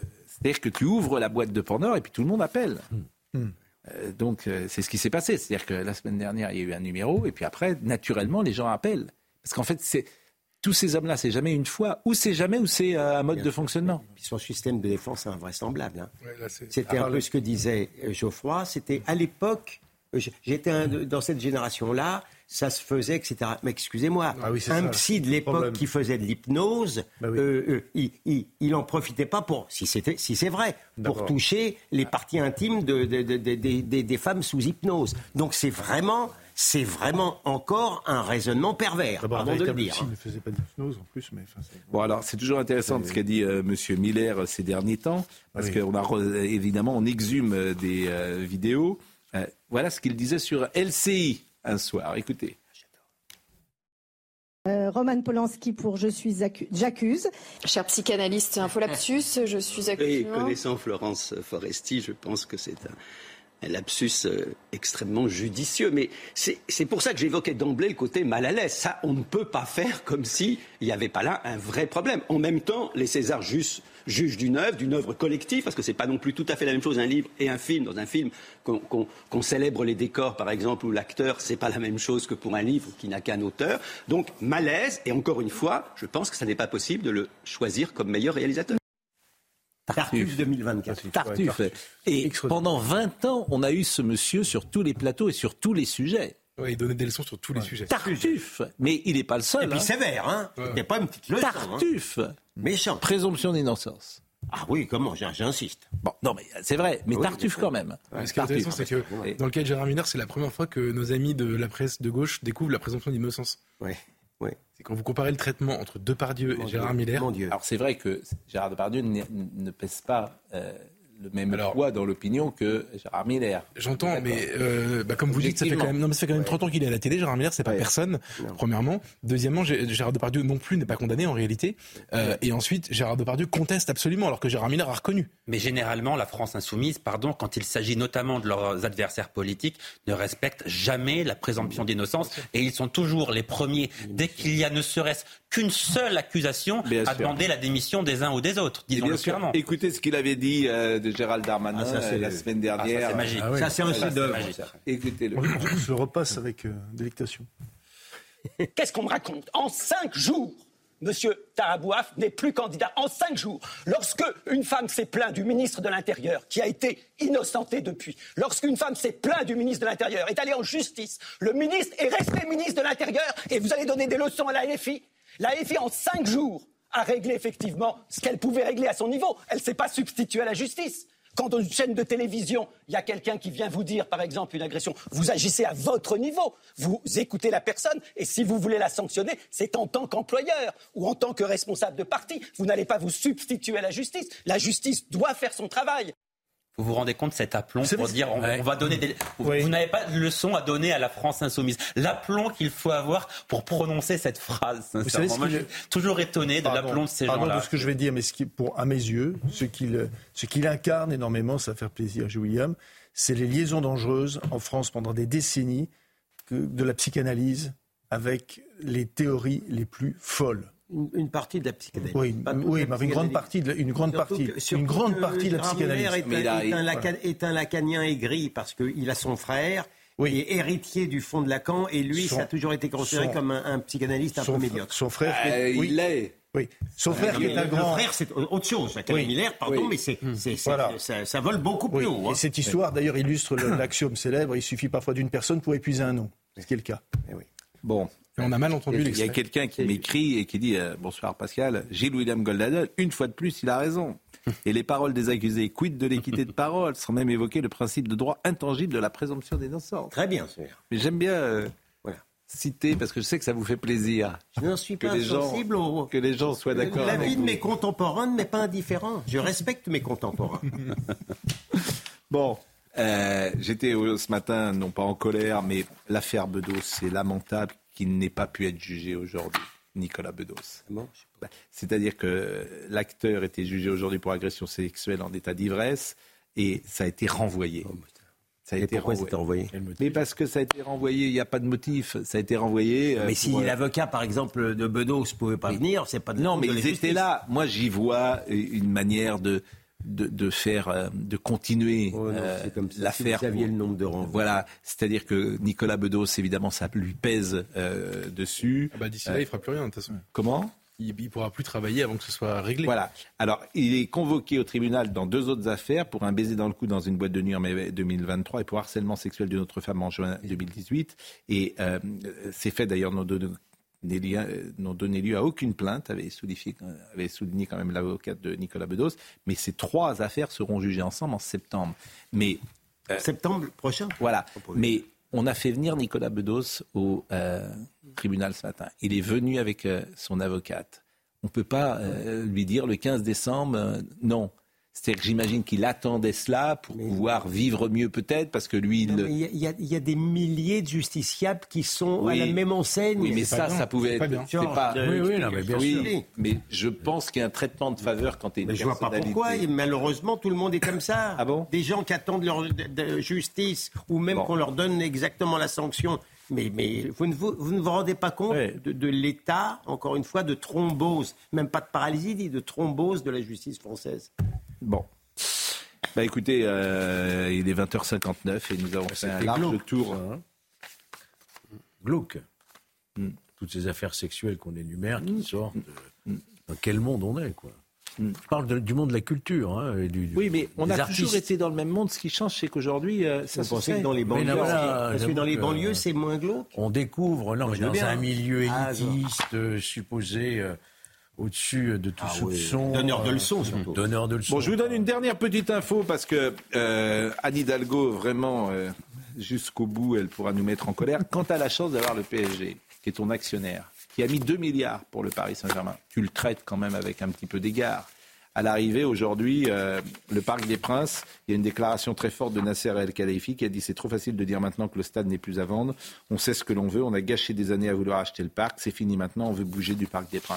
C'est-à-dire que tu ouvres la boîte de Pandore et puis tout le monde appelle. Mmh. Euh, donc euh, c'est ce qui s'est passé. C'est-à-dire que la semaine dernière, il y a eu un numéro et puis après, naturellement, les gens appellent. Parce qu'en fait, c'est... tous ces hommes-là, c'est jamais une fois, ou c'est jamais, ou c'est euh, un mode Bien. de fonctionnement. Puis son système de défense est invraisemblable. Hein. Ouais, là, c'est... C'était ah, un peu ce que disait Geoffroy. C'était à l'époque, j'étais un, dans cette génération-là, ça se faisait, et cetera. Mais excusez-moi, ah oui, un ça, psy de l'époque problème. qui faisait de l'hypnose, bah oui. euh, euh, il, il, il en profitait pas pour, si, c'était, si c'est vrai, D'accord. pour toucher les parties intimes de, de, de, de, de, de, des femmes sous hypnose. Donc c'est vraiment... C'est vraiment encore un raisonnement pervers, D'abord, pardon de le dire. Il ne faisait pas d'hypnose en plus. Mais, enfin, c'est... Bon, alors, c'est toujours intéressant c'est... ce qu'a dit euh, M. Miller ces derniers temps, parce oui. qu'on a, re... évidemment, on exhume des euh, vidéos. Euh, voilà ce qu'il disait sur L C I un soir. Écoutez. Euh, Roman Polanski pour Je suis accu... j'accuse. Cher psychanalyste, un faux lapsus, je suis accusé. Et connaissant Florence Foresti, je pense que c'est un... un lapsus euh, extrêmement judicieux. Mais c'est, c'est pour ça que j'évoquais d'emblée le côté mal à l'aise. Ça, on ne peut pas faire comme s'il n'y avait pas là un vrai problème. En même temps, les Césars jugent, jugent d'une œuvre, d'une œuvre collective, parce que c'est pas non plus tout à fait la même chose un livre et un film. Dans un film, qu'on, qu'on, qu'on célèbre les décors, par exemple, ou l'acteur, c'est pas la même chose que pour un livre qui n'a qu'un auteur. Donc, malaise, et encore une fois, je pense que ça n'est pas possible de le choisir comme meilleur réalisateur. Tartuffe deux mille vingt-quatre. Tartuffe. Et pendant vingt ans, on a eu ce monsieur sur tous les plateaux et sur tous les sujets. Oui, il donnait des leçons sur tous les ouais. sujets. Tartuffe. Mais il n'est pas le seul. Et puis hein. sévère, hein. Ouais. Il n'y a pas une petite leçon. Tartuffe. Hein. Méchant. Présomption d'innocence. Ah oui, comment, j'insiste. Bon, non, mais c'est vrai, mais oui, Tartuffe quand même. Ouais, ce qui est intéressant, c'est que ouais. dans le cas de Gérard Miller, c'est la première fois que nos amis de la presse de gauche découvrent la présomption d'innocence. Oui. Oui. C'est quand vous comparez le traitement entre Depardieu Mon et Gérard Dieu. Miller. Mon Dieu. Alors c'est vrai que Gérard Depardieu ne, ne pèse pas euh, le même Alors, poids dans l'opinion que Gérard Miller. J'entends, mais euh, bah, comme vous dites, ça fait quand même, non, mais ça fait quand même ouais. trente ans qu'il est à la télé. Gérard Miller, c'est pas ouais. personne. Non. Premièrement, deuxièmement, Gérard Depardieu non plus n'est pas condamné en réalité. Euh, et ensuite, Gérard Depardieu conteste absolument, alors que Gérard Miller a reconnu. Mais généralement, la France insoumise, pardon, quand il s'agit notamment de leurs adversaires politiques, ne respecte jamais la présomption d'innocence, et ils sont toujours les premiers, dès qu'il y a ne serait-ce qu'une seule accusation, Bien à sûr. demander la démission des uns ou des autres, disons-le clairement. Écoutez ce qu'il avait dit euh, de Gérald Darmanin ah, ça, euh, la semaine dernière. Ah, ça, c'est magique. Ah, oui. Ça, c'est un chef-d'œuvre. Écoutez-le. On se repasse avec euh, délectation. Qu'est-ce qu'on me raconte ? En cinq jours, Monsieur Tahabouaf n'est plus candidat. En cinq jours, lorsque une femme s'est plainte du ministre de l'Intérieur, qui a été innocenté depuis, lorsqu'une femme s'est plainte du ministre de l'Intérieur, est allée en justice, le ministre est resté ministre de l'Intérieur, et vous allez donner des leçons à la L F I ? La L F I, en cinq jours, a réglé effectivement ce qu'elle pouvait régler à son niveau. Elle ne s'est pas substituée à la justice. Quand dans une chaîne de télévision, il y a quelqu'un qui vient vous dire, par exemple, une agression, vous agissez à votre niveau, vous écoutez la personne, et si vous voulez la sanctionner, c'est en tant qu'employeur ou en tant que responsable de parti. Vous n'allez pas vous substituer à la justice. La justice doit faire son travail. Vous vous rendez compte cet aplomb c'est pour vrai. dire on, ouais. on va donner des... Vous, oui. vous n'avez pas de leçon à donner à la France insoumise. L'aplomb qu'il faut avoir pour prononcer cette phrase. Vous savez ce Moi, qu'il... je suis toujours étonné de pardon, l'aplomb de ces pardon gens-là. de ce que je vais dire, mais ce qui, pour, à mes yeux, ce qu'il, ce qu'il incarne énormément, ça va faire plaisir à J. William, c'est les liaisons dangereuses en France pendant des décennies que, de la psychanalyse avec les théories les plus folles. Une, une partie de la psychanalyse. Oui, oui mais une grande partie, de, une grande partie, que, une grande partie de la psychanalyse. Est, mais un, est, un lacan, est un lacanien aigri parce qu'il a son frère oui. qui est héritier du fond de Lacan et lui, son, ça a toujours été considéré son, comme un, un psychanalyste un peu médiocre. Son frère, euh, oui. il l'est. Oui, son frère qui est un grand. Le frère, c'est autre chose. Jacques oui. Miller, pardon, oui. mais c'est, c'est, c'est, voilà. ça, ça vole beaucoup plus oui. haut. Hein. Et cette histoire, d'ailleurs, illustre le, l'axiome célèbre. Il suffit parfois d'une personne pour épuiser un nom. Ce qui est le cas. Et oui. Bon. Et on a mal entendu il l'extrait. Il y a quelqu'un qui m'écrit et qui dit euh, « Bonsoir Pascal, Gilles William Goldadel, une fois de plus, il a raison. Et les paroles des accusés, quid de l'équité de parole, sans même évoquer le principe de droit intangible de la présomption d'innocence. » Très bien, sûr. Mais j'aime bien euh, voilà. citer, parce que je sais que ça vous fait plaisir. Je n'en suis que pas insensible au... Que les gens soient d'accord La avec vie vous. de mes contemporains ne m'est pas indifférent. Je respecte mes contemporains. Bon. Euh, j'étais ce matin, non pas en colère, mais l'affaire Bedos, c'est lamentable qu'il n'ait pas pu être jugé aujourd'hui, Nicolas Bedos. Bon, C'est-à-dire que l'acteur était jugé aujourd'hui pour agression sexuelle en état d'ivresse et ça a été renvoyé. Oh, ça a et été pourquoi renvoyé. c'était renvoyé ? Mais parce que ça a été renvoyé, il n'y a pas de motif, ça a été renvoyé. Mais si pour... l'avocat, par exemple, de Bedos ne pouvait pas oui. venir, c'est pas de Non, mais de ils étaient là. Moi, j'y vois une manière de... de, de faire, de continuer oh non, euh, c'est comme ça, l'affaire. Si vous saviez le nombre de renvois. Voilà, c'est-à-dire que Nicolas Bedos, évidemment, ça lui pèse euh, dessus. Ah bah, d'ici là, euh, il ne fera plus rien, de toute façon. Comment ? Il ne pourra plus travailler avant que ce soit réglé. Voilà. Alors, il est convoqué au tribunal dans deux autres affaires pour un baiser dans le cou dans une boîte de nuit en mai deux mille vingt-trois et pour harcèlement sexuel d'une autre femme en juin deux mille dix-huit. Et euh, ces faits, d'ailleurs, n'ont donné, n'ont donné lieu à aucune plainte, avait souligné, avait souligné quand même l'avocate de Nicolas Bedos. Mais ces trois affaires seront jugées ensemble en septembre. Mais euh, septembre prochain. Voilà. Mais on a fait venir Nicolas Bedos au euh, tribunal ce matin. Il est venu avec euh, son avocate. On ne peut pas euh, lui dire le quinze décembre, euh, non. C'est-à-dire que j'imagine qu'il attendait cela pour mais pouvoir vivre mieux peut-être, parce que lui... Il y, y, y a des milliers de justiciables qui sont oui. à la même enseigne. Oui, mais ça, ça pouvait c'est être... Pas c'est pas, oui, oui, non, mais bien oui, sûr. Mais je pense qu'il y a un traitement de faveur quand tu es une mais je vois pas pourquoi. Et malheureusement, tout le monde est comme ça. Ah bon ? Des gens qui attendent leur de, de justice, ou même bon. qu'on leur donne exactement la sanction. Mais, mais vous, ne vous, vous ne vous rendez pas compte ouais. de, de l'état, encore une fois, de thrombose, même pas de paralysie, de thrombose de la justice française. Bon. Bah écoutez, euh, il est vingt heures cinquante-neuf et nous avons fait un large glauque, tour. Hein. Glauque. Mm. Toutes ces affaires sexuelles qu'on énumère qui mm. sortent. De... Mm. Dans quel monde on est, quoi. Mm. Je parle de, du monde de la culture. Hein, et du, oui, mais on a artistes. toujours été dans le même monde. Ce qui change, c'est qu'aujourd'hui, euh, ça se fait. Que dans les banlieues, là, voilà, parce que dans les banlieues, euh, c'est moins glauque. On découvre, non, mais dans bien. un milieu élitiste, ah, supposé... Euh, au-dessus de tout ah, soupçon. Oui. Donneur de leçons, surtout. Donneur de leçons. Bon, je vous donne une dernière petite info, parce que euh, Anne Hidalgo, vraiment, euh, jusqu'au bout, elle pourra nous mettre en colère. Quand tu as la chance d'avoir le P S G, qui est ton actionnaire, qui a mis deux milliards pour le Paris Saint-Germain, tu le traites quand même avec un petit peu d'égard. À l'arrivée, aujourd'hui, euh, le Parc des Princes, il y a une déclaration très forte de Nasser El-Khelaifi qui a dit « C'est trop facile de dire maintenant que le stade n'est plus à vendre. On sait ce que l'on veut. On a gâché des années à vouloir acheter le parc. C'est fini maintenant. On veut bouger du Parc des Princes. »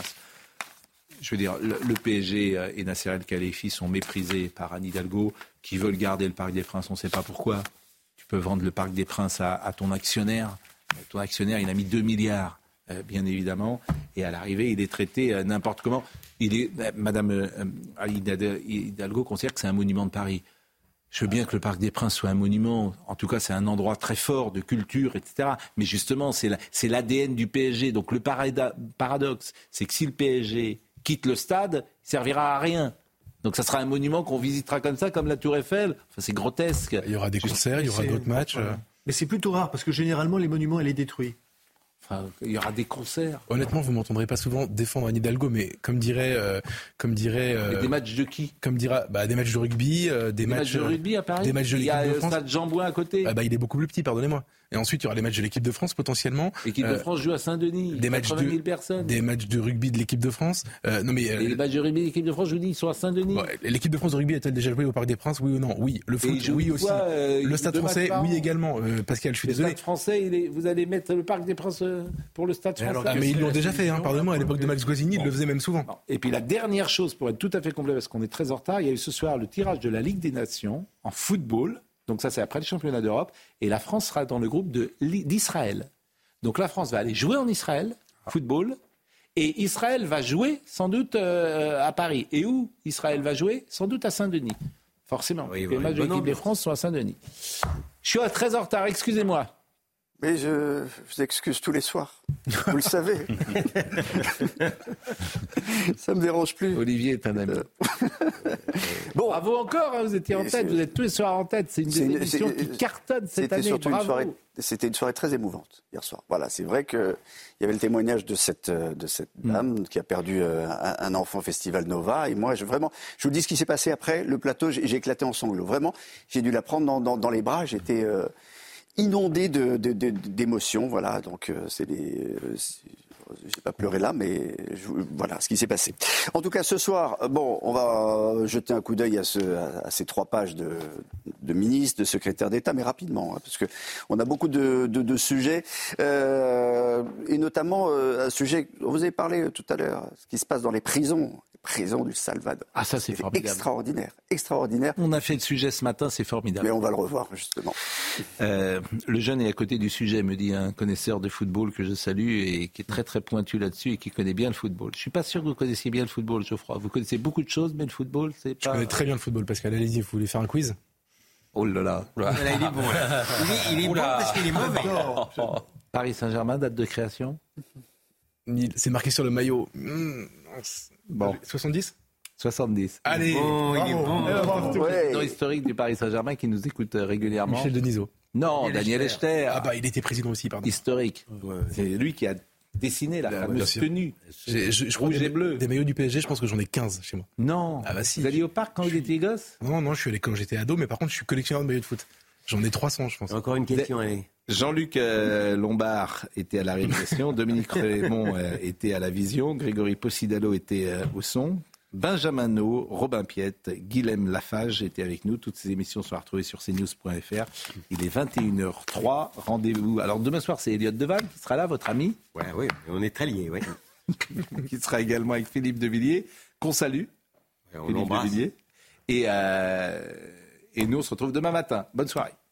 Je veux dire, le, le P S G et Nasser El-Khelaifi sont méprisés par Anne Hidalgo, qui veulent garder le Parc des Princes. On ne sait pas pourquoi. Tu peux vendre le Parc des Princes à, à ton actionnaire. Ton actionnaire, il a mis deux milliards, euh, bien évidemment. Et à l'arrivée, il est traité euh, n'importe comment. Il est, euh, Madame euh, Hidalgo considère que c'est un monument de Paris. Je veux bien que le Parc des Princes soit un monument. En tout cas, c'est un endroit très fort de culture, et cetera. Mais justement, c'est, la, c'est l'A D N du P S G. Donc le parada- paradoxe, c'est que si le P S G quitte le stade, il servira à rien. Donc ça sera un monument qu'on visitera comme ça, comme la Tour Eiffel. Enfin, c'est grotesque. Il y aura des concerts, il y aura c'est... d'autres matchs. Voilà. Mais c'est plutôt rare, parce que généralement, les monuments, elle est détruite. Enfin, il y aura des concerts. Honnêtement, vous m'entendrez pas souvent défendre Anne Hidalgo, mais comme dirait, euh, comme dirait. Euh, des matchs de qui? Comme dira, bah, des matchs de rugby, euh, des, des matchs, matchs de rugby à Paris. Des matchs de l'équipe de France. Il y a le stade Jean-Bouin à côté. Ah bah, il est beaucoup plus petit, pardonnez-moi. Et ensuite, il y aura les matchs de l'équipe de France potentiellement. L'équipe euh, de France joue à Saint-Denis. Des matchs de personnes. Des matchs de rugby de l'équipe de France. Euh, non mais. Euh, Et les matchs de rugby de l'équipe de France, je vous dis, ils sont à Saint-Denis. Ouais, l'équipe de France de rugby a-t-elle déjà joué au Parc des Princes? Oui ou non? Oui. Le foot, oui aussi. Quoi, euh, le Stade Français, oui également. Euh, Pascal, je suis le désolé. Le Stade Français, il est... vous allez mettre le Parc des Princes pour le Stade Français. Alors, ah, mais ils l'ont déjà fait, hein, pardonnez-moi. À l'époque de Max Guazzini, bon. Ils le faisaient même souvent. Bon. Et puis la dernière chose, pour être tout à fait complet, parce qu'on est très en retard, il y a eu ce soir le tirage de la Ligue des Nations en football. Donc ça, c'est après le championnat d'Europe. Et la France sera dans le groupe de, d'Israël. Donc la France va aller jouer en Israël, football, et Israël va jouer sans doute euh, à Paris. Et où Israël va jouer? Sans doute à Saint-Denis. Forcément. Oui, les oui, matchs de l'équipe de France sont à Saint-Denis. Je suis à très en retard, excusez-moi. Mais je, je vous excuse tous les soirs. Vous le savez. Ça me dérange plus. Olivier est un ami. Bon, bravo encore, hein, vous étiez en tête, vous êtes tous les soirs en tête. C'est une des émissions qui cartonne cette c'était année. Surtout bravo. Une soirée, c'était une soirée très émouvante hier soir. Voilà, c'est vrai qu'il y avait le témoignage de cette, de cette dame mmh. qui a perdu un, un enfant au Festival Nova. Et moi, je, vraiment, je vous dis ce qui s'est passé après le plateau, j'ai, j'ai éclaté en sanglots. Vraiment, j'ai dû la prendre dans, dans, dans les bras. J'étais... Euh, inondé de, de, de, d'émotions, voilà, donc euh, c'est des... Euh, j'ai pas pleuré là, mais je, voilà ce qui s'est passé. En tout cas, ce soir, bon, on va jeter un coup d'œil à, ce, à, à ces trois pages de, de ministres, de secrétaires d'État, mais rapidement, hein, parce que on a beaucoup de, de, de sujets, euh, et notamment euh, un sujet, vous avez parlé tout à l'heure, ce qui se passe dans les prisons. Les prison du Salvador. Ah, ça, c'est C'était formidable. Extraordinaire, extraordinaire. On a fait le sujet ce matin, c'est formidable. Mais on va le revoir, justement. Euh, le jeune est à côté du sujet, me dit un connaisseur de football que je salue et qui est très très pointu là-dessus et qui connaît bien le football. Je suis pas sûr que vous connaissiez bien le football, Geoffroy. Vous connaissez beaucoup de choses, mais le football, c'est pas... Je connais très bien le football, Pascal. Allez-y, vous voulez faire un quiz ? Oh là là. Là, il est bon. Là. Il est, il est bon parce qu'il est mauvais. Paris Saint-Germain, date de création ? C'est marqué sur le maillot. Mmh, bon. soixante-dix ? soixante-dix. Allez, oh, il est bon. Le président historique du Paris Saint-Germain qui nous écoute régulièrement. Michel Denisot. Non, Daniel Echter. Ah bah il était président aussi, pardon. Historique. Ouais. C'est lui qui a dessiné la bah, fameuse tenue. Je, je, je rouge et bleu. Des maillots du P S G, je pense que j'en ai quinze chez moi. Non. Ah bah si. Vous alliez au parc quand vous étiez gosse ? Non, non, je suis allé quand j'étais ado, mais par contre, je suis collectionneur de maillots de foot. J'en ai trois cents, je pense. Encore une question, allez. Jean-Luc euh, Lombard était à la réalisation, Dominique Raymond euh, était à la vision, Grégory Possidalo était euh, au son, Benjamin No, Robin Piette, Guilhem Lafage étaient avec nous. Toutes ces émissions sont retrouvées sur c news point f r. Il est vingt et une heures trois. Rendez-vous. Alors demain soir, c'est Elliott Deval qui sera là, votre ami. Ouais, oui, on est très liés, oui. Qui sera également avec Philippe de Villiers, qu'on salue. Ouais, on Philippe l'embrasse. de Villiers. Et, euh, et nous, on se retrouve demain matin. Bonne soirée.